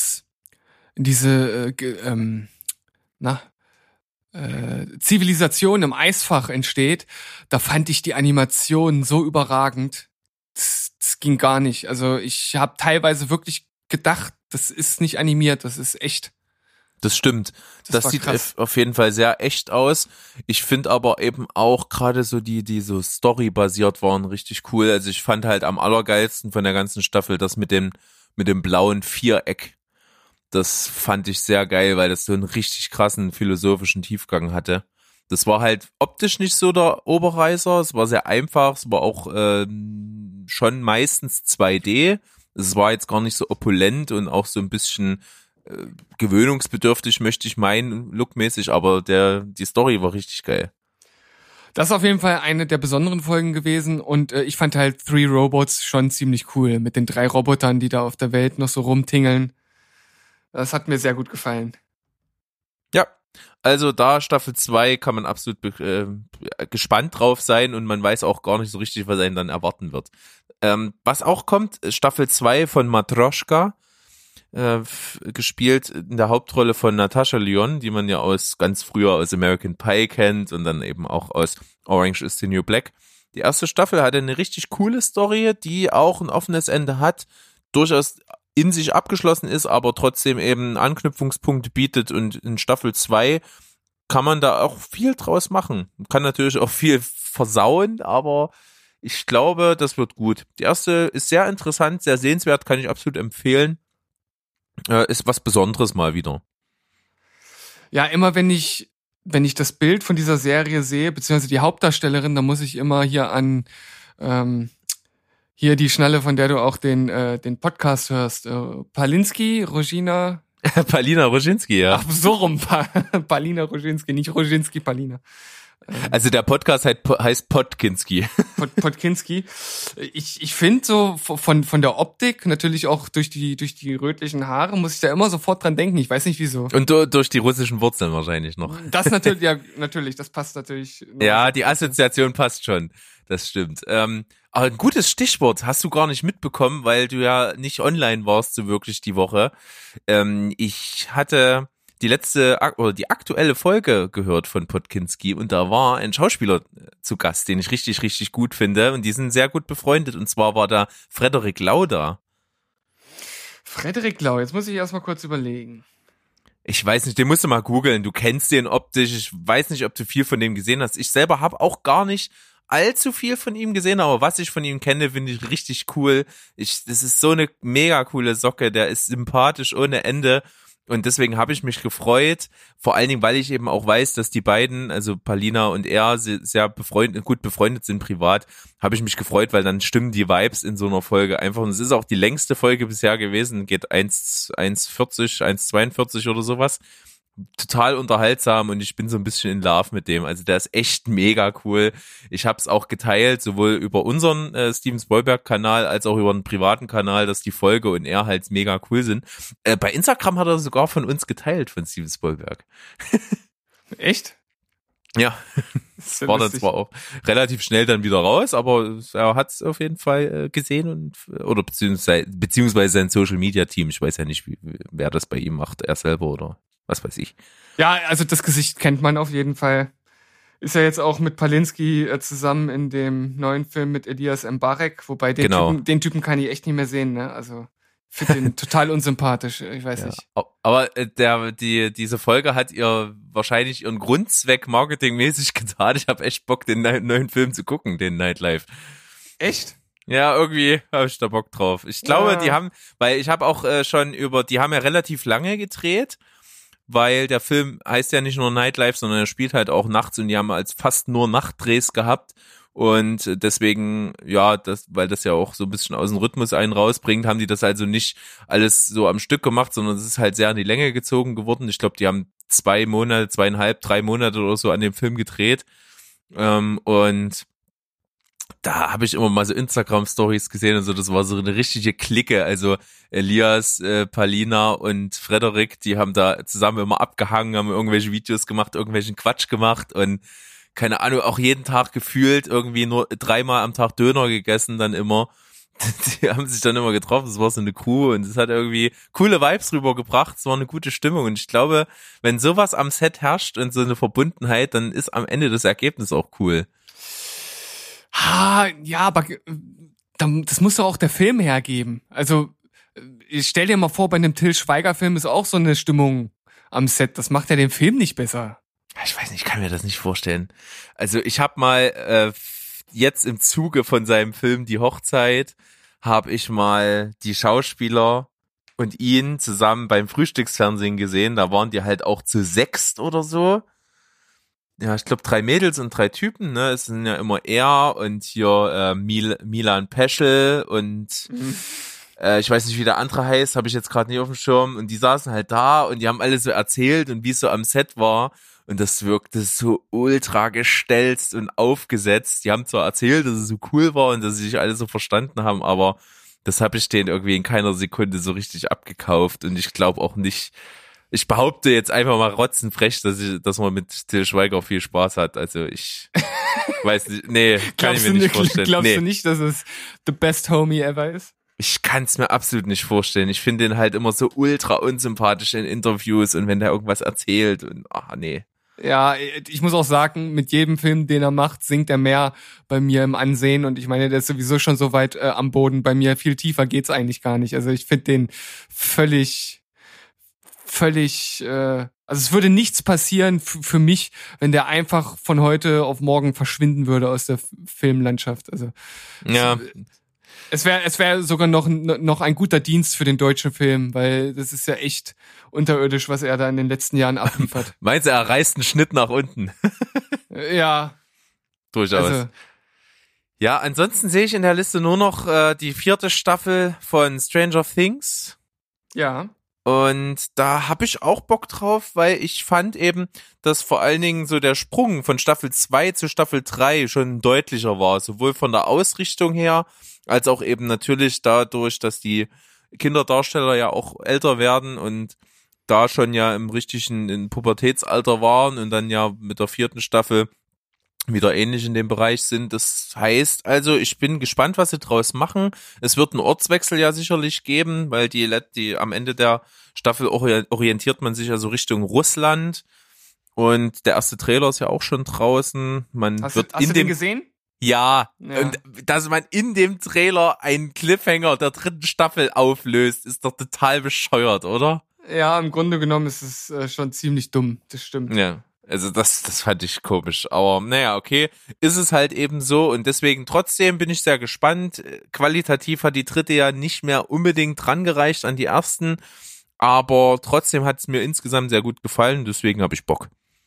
Zivilisation im Eisfach entsteht, da fand ich die Animation so überragend. Das ging gar nicht. Also ich habe teilweise wirklich gedacht, das ist nicht animiert, das ist echt. Das stimmt. Das sieht krass. Auf jeden Fall sehr echt aus. Ich finde aber eben auch gerade so die so Story-basiert waren richtig cool. Also ich fand halt am allergeilsten von der ganzen Staffel das mit dem blauen Viereck. Das fand ich sehr geil, weil das so einen richtig krassen philosophischen Tiefgang hatte. Das war halt optisch nicht so der Oberreißer. Es war sehr einfach. Es war auch schon meistens 2D. Es war jetzt gar nicht so opulent und auch so ein bisschen gewöhnungsbedürftig, möchte ich meinen, lookmäßig, aber die Story war richtig geil. Das ist auf jeden Fall eine der besonderen Folgen gewesen und ich fand halt 3 Robots schon ziemlich cool mit den 3 Robotern, die da auf der Welt noch so rumtingeln. Das hat mir sehr gut gefallen. Ja, also da Staffel 2 kann man absolut gespannt drauf sein und man weiß auch gar nicht so richtig, was einen dann erwarten wird. Was auch kommt, Staffel 2 von Matroschka. gespielt in der Hauptrolle von Natasha Lyonne, die man ja ganz früher aus American Pie kennt und dann eben auch aus Orange is the New Black. Die erste Staffel hatte eine richtig coole Story, die auch ein offenes Ende hat, durchaus in sich abgeschlossen ist, aber trotzdem eben Anknüpfungspunkte bietet, und in Staffel 2 kann man da auch viel draus machen. Kann natürlich auch viel versauen, aber ich glaube, das wird gut. Die erste ist sehr interessant, sehr sehenswert, kann ich absolut empfehlen. Ist was Besonderes mal wieder. Ja, immer wenn ich das Bild von dieser Serie sehe, beziehungsweise die Hauptdarstellerin, dann muss ich immer hier an hier die Schnalle, von der du auch den Podcast hörst. Palinski, Regina. Palina Roginski, ja. Ach, so rum. Palina Roginski, nicht Roginski, Palina. Also der Podcast heißt Podkinski. Podkinski. Ich finde so von der Optik, natürlich auch durch die rötlichen Haare, muss ich da immer sofort dran denken. Ich weiß nicht wieso. Und durch die russischen Wurzeln wahrscheinlich noch. Das natürlich, ja, natürlich, das passt natürlich. Ja, die Assoziation passt schon. Das stimmt. Aber ein gutes Stichwort hast du gar nicht mitbekommen, weil du ja nicht online warst so wirklich die Woche. Ich hatte die aktuelle Folge gehört von Podkinski, und da war ein Schauspieler zu Gast, den ich richtig, richtig gut finde, und die sind sehr gut befreundet, und zwar war da Frederik Lau da. Frederik Lau, jetzt muss ich erstmal kurz überlegen. Ich weiß nicht, den musst du mal googeln, du kennst den optisch, ich weiß nicht, ob du viel von dem gesehen hast. Ich selber habe auch gar nicht allzu viel von ihm gesehen, aber was ich von ihm kenne, finde ich richtig cool. Das ist so eine mega coole Socke, der ist sympathisch ohne Ende. Und deswegen habe ich mich gefreut, vor allen Dingen, weil ich eben auch weiß, dass die beiden, also Palina und er, sehr gut befreundet sind privat, habe ich mich gefreut, weil dann stimmen die Vibes in so einer Folge einfach. Und es ist auch die längste Folge bisher gewesen, geht 1,40, 1,42 oder sowas. Total unterhaltsam, und ich bin so ein bisschen in Love mit dem. Also der ist echt mega cool. Ich habe es auch geteilt, sowohl über unseren Steven Spielberg-Kanal als auch über einen privaten Kanal, dass die Folge und er halt mega cool sind. Bei Instagram hat er sogar von uns geteilt, von Steven Spielberg. Echt? Ja, das war dann zwar auch relativ schnell dann wieder raus, aber er hat es auf jeden Fall gesehen oder beziehungsweise sein Social-Media-Team. Ich weiß ja nicht, wer das bei ihm macht, er selber oder was weiß ich. Ja, also das Gesicht kennt man auf jeden Fall. Ist ja jetzt auch mit Palinski zusammen in dem neuen Film mit Elias Mbarek, wobei den Typen kann ich echt nicht mehr sehen, ne? Also ich finde den total unsympathisch, ich weiß nicht. Aber diese Folge hat ihr wahrscheinlich ihren Grundzweck marketingmäßig getan. Ich habe echt Bock, den neuen Film zu gucken, den Nightlife. Echt? Ja, irgendwie habe ich da Bock drauf. Ich glaube, die haben ja relativ lange gedreht, weil der Film heißt ja nicht nur Nightlife, sondern er spielt halt auch nachts, und die haben als fast nur Nachtdrehs gehabt, und deswegen, ja, weil das ja auch so ein bisschen aus dem Rhythmus einen rausbringt, haben die das also nicht alles so am Stück gemacht, sondern es ist halt sehr in die Länge gezogen geworden. Ich glaube, die haben 2 Monate, 2,5, 3 Monate oder so an dem Film gedreht, und da habe ich immer mal so Instagram-Stories gesehen und so, das war so eine richtige Clique, also Elias, Palina und Frederik, die haben da zusammen immer abgehangen, haben irgendwelche Videos gemacht, irgendwelchen Quatsch gemacht und keine Ahnung, auch jeden Tag gefühlt irgendwie nur 3-mal am Tag Döner gegessen, dann immer. Die haben sich dann immer getroffen, es war so eine Crew, und es hat irgendwie coole Vibes rübergebracht, es war eine gute Stimmung, und ich glaube, wenn sowas am Set herrscht und so eine Verbundenheit, dann ist am Ende das Ergebnis auch cool. Ja, aber das muss doch auch der Film hergeben. Also, ich stell dir mal vor, bei einem Till Schweiger-Film ist auch so eine Stimmung am Set. Das macht ja den Film nicht besser. Ich weiß nicht, ich kann mir das nicht vorstellen. Also, ich habe mal jetzt im Zuge von seinem Film Die Hochzeit, habe ich mal die Schauspieler und ihn zusammen beim Frühstücksfernsehen gesehen. Da waren die halt auch zu 6 oder so. Ja, ich glaube 3 Mädels und 3 Typen, ne? Es sind ja immer er und hier Milan Peschel und ich weiß nicht, wie der andere heißt, habe ich jetzt gerade nicht auf dem Schirm. Und die saßen halt da und die haben alles so erzählt und wie es so am Set war. Und das wirkte so ultra gestelzt und aufgesetzt. Die haben zwar erzählt, dass es so cool war und dass sie sich alle so verstanden haben, aber das habe ich denen irgendwie in keiner Sekunde so richtig abgekauft. Und ich glaube auch nicht. Ich behaupte jetzt einfach mal rotzenfrech, dass man mit Till Schweiger viel Spaß hat. Also ich weiß nicht, nee, kann ich mir nicht vorstellen. Glaubst du nicht, dass es the best homie ever ist? Ich kann es mir absolut nicht vorstellen. Ich finde ihn halt immer so ultra unsympathisch in Interviews und wenn der irgendwas erzählt und nee. Ja, ich muss auch sagen, mit jedem Film, den er macht, sinkt er mehr bei mir im Ansehen. Und ich meine, der ist sowieso schon so weit am Boden. Bei mir viel tiefer geht's eigentlich gar nicht. Also ich finde den völlig, also es würde nichts passieren für mich, wenn der einfach von heute auf morgen verschwinden würde aus der Filmlandschaft. Also ja. Es wäre sogar noch ein guter Dienst für den deutschen Film, weil das ist ja echt unterirdisch, was er da in den letzten Jahren abliefert. Meinst du, er reißt einen Schnitt nach unten? Ja. Durchaus. Also. Ja, ansonsten sehe ich in der Liste nur noch die 4. Staffel von Stranger Things. Ja. Und da habe ich auch Bock drauf, weil ich fand eben, dass vor allen Dingen so der Sprung von Staffel 2 zu Staffel 3 schon deutlicher war, sowohl von der Ausrichtung her, als auch eben natürlich dadurch, dass die Kinderdarsteller ja auch älter werden und da schon ja im Pubertätsalter waren und dann ja mit der 4. Staffel wieder ähnlich in dem Bereich sind. Das heißt also, ich bin gespannt, was sie draus machen. Es wird einen Ortswechsel ja sicherlich geben, weil die am Ende der Staffel orientiert man sich ja so Richtung Russland und der erste Trailer ist ja auch schon draußen. Hast du den gesehen? Ja, und dass man in dem Trailer einen Cliffhanger der 3. Staffel auflöst, ist doch total bescheuert, oder? Ja, im Grunde genommen ist es schon ziemlich dumm, das stimmt. Ja. Also das fand ich komisch, aber naja, okay, ist es halt eben so und deswegen trotzdem bin ich sehr gespannt. Qualitativ hat die 3. ja nicht mehr unbedingt drangereicht an die ersten, aber trotzdem hat es mir insgesamt sehr gut gefallen, deswegen habe ich Bock.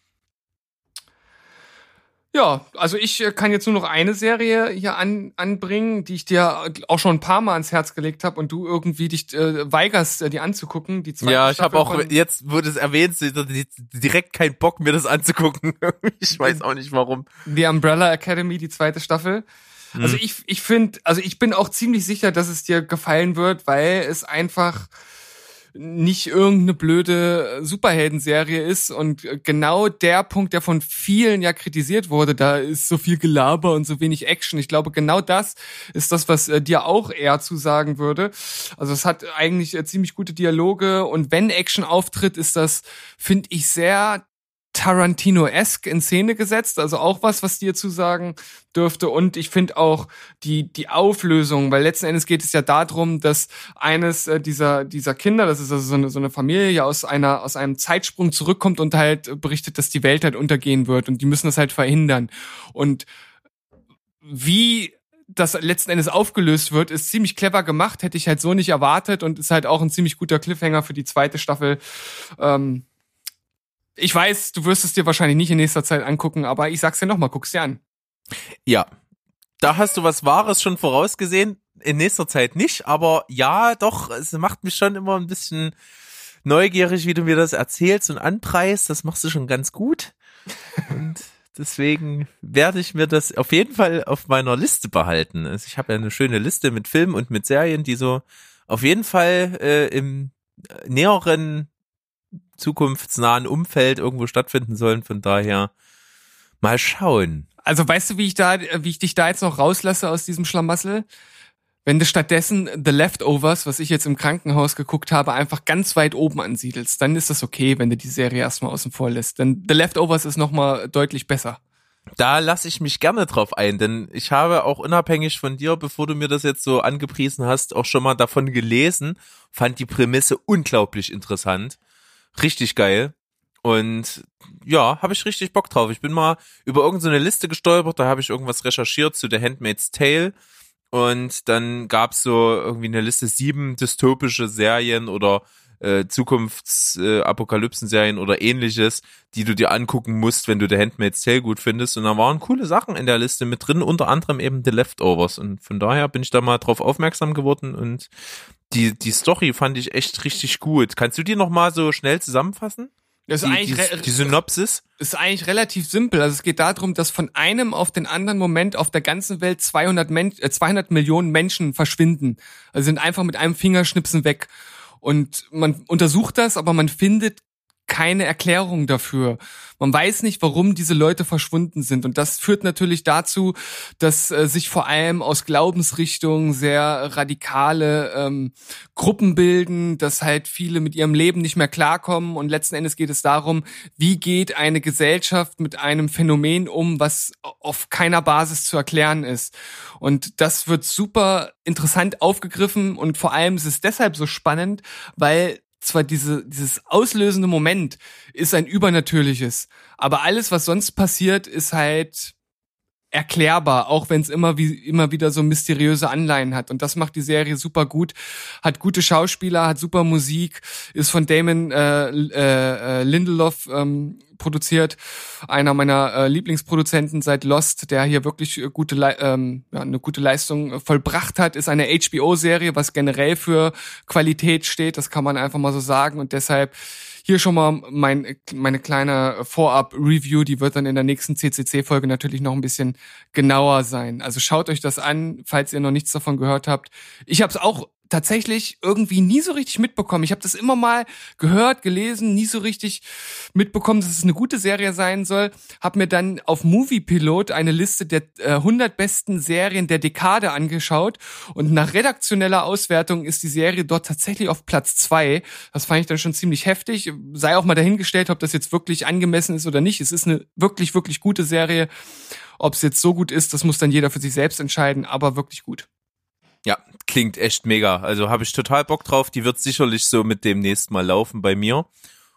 Ja, also ich kann jetzt nur noch eine Serie hier anbringen, die ich dir auch schon ein paar Mal ans Herz gelegt habe und du irgendwie dich weigerst, die anzugucken. Die 2. Ja, ich habe auch jetzt, wo du es erwähnst, direkt keinen Bock, mir das anzugucken. Ich weiß auch nicht warum. The Umbrella Academy, die 2. Staffel. Also ich finde, ich bin auch ziemlich sicher, dass es dir gefallen wird, weil es einfach nicht irgendeine blöde Superheldenserie ist und genau der Punkt, der von vielen ja kritisiert wurde, da ist so viel Gelaber und so wenig Action. Ich glaube, genau das ist das, was dir auch eher zusagen würde. Also es hat eigentlich ziemlich gute Dialoge und wenn Action auftritt, ist das, finde ich, sehr Tarantino-esque in Szene gesetzt, also auch was dir zusagen dürfte und ich finde auch die Auflösung, weil letzten Endes geht es ja darum, dass eines dieser Kinder, das ist also so eine Familie, ja aus einem Zeitsprung zurückkommt und halt berichtet, dass die Welt halt untergehen wird und die müssen das halt verhindern und wie das letzten Endes aufgelöst wird, ist ziemlich clever gemacht, hätte ich halt so nicht erwartet und ist halt auch ein ziemlich guter Cliffhanger für die 2. Staffel. Ich weiß, du wirst es dir wahrscheinlich nicht in nächster Zeit angucken, aber ich sag's dir nochmal, guck's dir an. Ja, da hast du was Wahres schon vorausgesehen. In nächster Zeit nicht, aber ja, doch, es macht mich schon immer ein bisschen neugierig, wie du mir das erzählst und anpreist. Das machst du schon ganz gut. Und deswegen werde ich mir das auf jeden Fall auf meiner Liste behalten. Also ich habe ja eine schöne Liste mit Filmen und mit Serien, die so auf jeden Fall im näheren zukunftsnahen Umfeld irgendwo stattfinden sollen. Von daher mal schauen. Also weißt du, wie ich dich da jetzt noch rauslasse aus diesem Schlamassel? Wenn du stattdessen The Leftovers, was ich jetzt im Krankenhaus geguckt habe, einfach ganz weit oben ansiedelst, dann ist das okay, wenn du die Serie erstmal außen vor lässt. Denn The Leftovers ist nochmal deutlich besser. Da lasse ich mich gerne drauf ein, denn ich habe auch unabhängig von dir, bevor du mir das jetzt so angepriesen hast, auch schon mal davon gelesen, fand die Prämisse unglaublich interessant. Richtig geil. Und ja, habe ich richtig Bock drauf. Ich bin mal über irgendeine Liste gestolpert, da habe ich irgendwas recherchiert zu The Handmaid's Tale und dann gab's so irgendwie eine Liste 7 dystopische Serien oder Zukunftsapokalypsen-Serien oder ähnliches, die du dir angucken musst, wenn du The Handmaid's Tale gut findest. Und da waren coole Sachen in der Liste mit drin, unter anderem eben The Leftovers. Und von daher bin ich da mal drauf aufmerksam geworden und die Story fand ich echt richtig gut. Kannst du die nochmal so schnell zusammenfassen? Das ist die Synopsis? Ist eigentlich relativ simpel. Also es geht darum, dass von einem auf den anderen Moment auf der ganzen Welt 200 Millionen Menschen verschwinden. Also sind einfach mit einem Fingerschnipsen weg. Und man untersucht das, aber man findet keine Erklärung dafür. Man weiß nicht, warum diese Leute verschwunden sind. Und das führt natürlich dazu, dass sich vor allem aus Glaubensrichtungen sehr radikale Gruppen bilden, dass halt viele mit ihrem Leben nicht mehr klarkommen. Und letzten Endes geht es darum, wie geht eine Gesellschaft mit einem Phänomen um, was auf keiner Basis zu erklären ist. Und das wird super interessant aufgegriffen. Und vor allem ist es deshalb so spannend, weil zwar dieses auslösende Moment ist ein übernatürliches, aber alles, was sonst passiert, ist halt erklärbar, auch wenn es immer wieder so mysteriöse Anleihen hat. Und das macht die Serie super gut. Hat gute Schauspieler, hat super Musik, ist von Damon Lindelof produziert, einer meiner Lieblingsproduzenten seit Lost, der hier wirklich eine gute Leistung vollbracht hat, ist eine HBO-Serie, was generell für Qualität steht, das kann man einfach mal so sagen. Und deshalb hier schon mal meine kleine Vorab-Review, die wird dann in der nächsten CCC-Folge natürlich noch ein bisschen genauer sein. Also schaut euch das an, falls ihr noch nichts davon gehört habt. Ich habe es auch tatsächlich irgendwie nie so richtig mitbekommen. Ich habe das immer mal gehört, gelesen, nie so richtig mitbekommen, dass es eine gute Serie sein soll. Hab mir dann auf Moviepilot eine Liste der 100 besten Serien der Dekade angeschaut und nach redaktioneller Auswertung ist die Serie dort tatsächlich auf Platz 2. Das fand ich dann schon ziemlich heftig. Sei auch mal dahingestellt, ob das jetzt wirklich angemessen ist oder nicht. Es ist eine wirklich, wirklich gute Serie. Ob es jetzt so gut ist, das muss dann jeder für sich selbst entscheiden, aber wirklich gut. Ja, klingt echt mega. Also habe ich total Bock drauf. Die wird sicherlich so mit dem nächsten Mal laufen bei mir.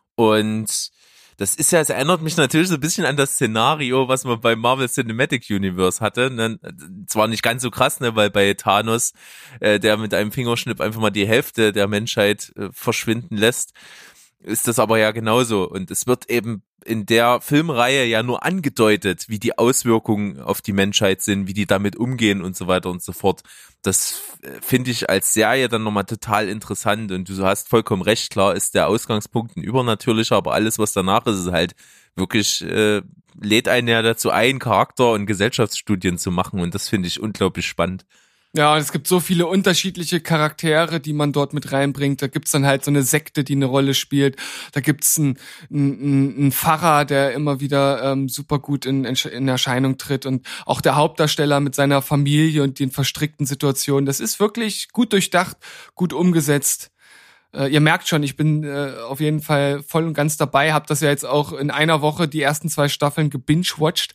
Und das ist ja, es erinnert mich natürlich so ein bisschen an das Szenario, was man beim Marvel Cinematic Universe hatte. Ne? Zwar nicht ganz so krass, ne, weil bei Thanos, der mit einem Fingerschnipp einfach mal die Hälfte der Menschheit verschwinden lässt, ist das aber ja genauso. Und es wird eben in der Filmreihe ja nur angedeutet, wie die Auswirkungen auf die Menschheit sind, wie die damit umgehen und so weiter und so fort. Das finde ich als Serie dann nochmal total interessant und du hast vollkommen recht, klar ist der Ausgangspunkt ein übernatürlicher, aber alles, was danach ist, ist halt wirklich, lädt einen ja dazu ein, Charakter- und Gesellschaftsstudien zu machen und das finde ich unglaublich spannend. Ja, und es gibt so viele unterschiedliche Charaktere, die man dort mit reinbringt. Da gibt's dann halt so eine Sekte, die eine Rolle spielt. Da gibt's einen Pfarrer, der immer wieder super gut in Erscheinung tritt. Und auch der Hauptdarsteller mit seiner Familie und den verstrickten Situationen. Das ist wirklich gut durchdacht, gut umgesetzt. Ihr merkt schon, ich bin auf jeden Fall voll und ganz dabei. Hab das ja jetzt auch in einer Woche die ersten 2 Staffeln gebingewatcht.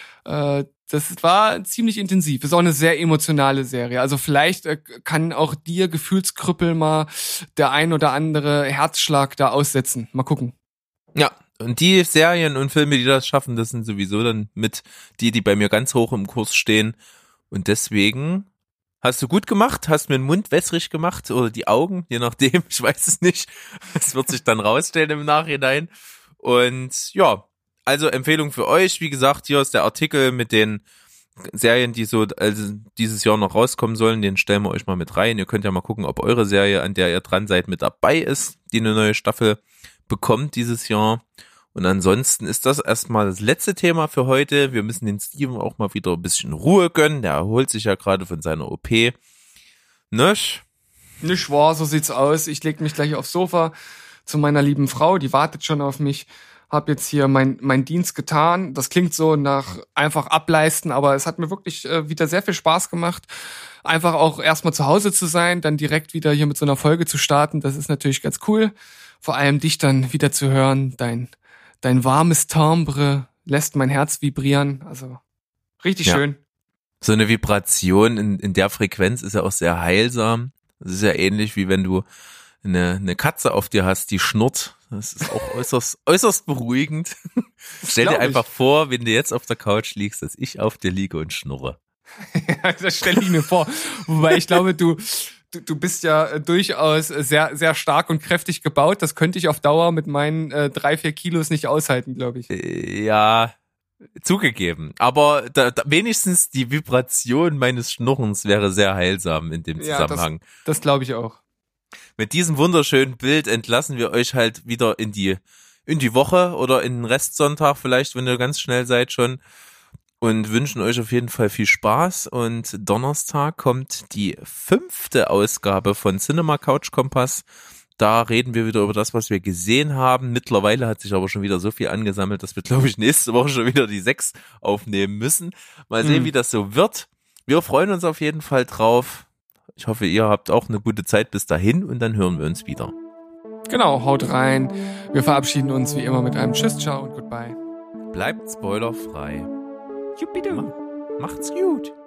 Das war ziemlich intensiv. Ist auch eine sehr emotionale Serie. Also vielleicht kann auch dir Gefühlskrüppel mal der ein oder andere Herzschlag da aussetzen. Mal gucken. Ja, und die Serien und Filme, die das schaffen, das sind sowieso dann mit die bei mir ganz hoch im Kurs stehen. Und deswegen hast du gut gemacht, hast mir den Mund wässrig gemacht oder die Augen, je nachdem, ich weiß es nicht. Das wird sich dann rausstellen im Nachhinein. Und ja, also Empfehlung für euch, wie gesagt, hier ist der Artikel mit den Serien, die so also dieses Jahr noch rauskommen sollen, den stellen wir euch mal mit rein. Ihr könnt ja mal gucken, ob eure Serie, an der ihr dran seid, mit dabei ist, die eine neue Staffel bekommt dieses Jahr. Und ansonsten ist das erstmal das letzte Thema für heute. Wir müssen den Steven auch mal wieder ein bisschen Ruhe gönnen. Der erholt sich ja gerade von seiner OP. Nicht wahr, so sieht's aus. Ich leg mich gleich aufs Sofa zu meiner lieben Frau, die wartet schon auf mich. Hab jetzt hier mein Dienst getan. Das klingt so nach einfach ableisten, aber es hat mir wirklich wieder sehr viel Spaß gemacht. Einfach auch erstmal zu Hause zu sein, dann direkt wieder hier mit so einer Folge zu starten. Das ist natürlich ganz cool. Vor allem dich dann wieder zu hören. Dein warmes Timbre lässt mein Herz vibrieren. Also richtig schön. So eine Vibration in der Frequenz ist ja auch sehr heilsam. Das ist ja ähnlich wie wenn du eine Katze auf dir hast, die schnurrt. Das ist auch äußerst beruhigend. Stell dir einfach vor, wenn du jetzt auf der Couch liegst, dass ich auf dir liege und schnurre. Ja, das stelle ich mir vor. Wobei ich glaube, du bist ja durchaus sehr, sehr stark und kräftig gebaut. Das könnte ich auf Dauer mit meinen 3-4 Kilos nicht aushalten, glaube ich. Ja, zugegeben. Aber da wenigstens die Vibration meines Schnurrens wäre sehr heilsam in dem Zusammenhang. Ja, das glaube ich auch. Mit diesem wunderschönen Bild entlassen wir euch halt wieder in die Woche oder in den Restsonntag vielleicht, wenn ihr ganz schnell seid schon und wünschen euch auf jeden Fall viel Spaß und Donnerstag kommt die 5. Ausgabe von Cinema Couch Kompass. Da reden wir wieder über das, was wir gesehen haben. Mittlerweile hat sich aber schon wieder so viel angesammelt, dass wir, glaube ich, nächste Woche schon wieder die 6 aufnehmen müssen. Mal sehen, wie das so wird. Wir freuen uns auf jeden Fall drauf. Ich hoffe, ihr habt auch eine gute Zeit bis dahin und dann hören wir uns wieder. Genau, haut rein. Wir verabschieden uns wie immer mit einem Tschüss, ciao und goodbye. Bleibt spoilerfrei. Juppidoo. Macht's gut.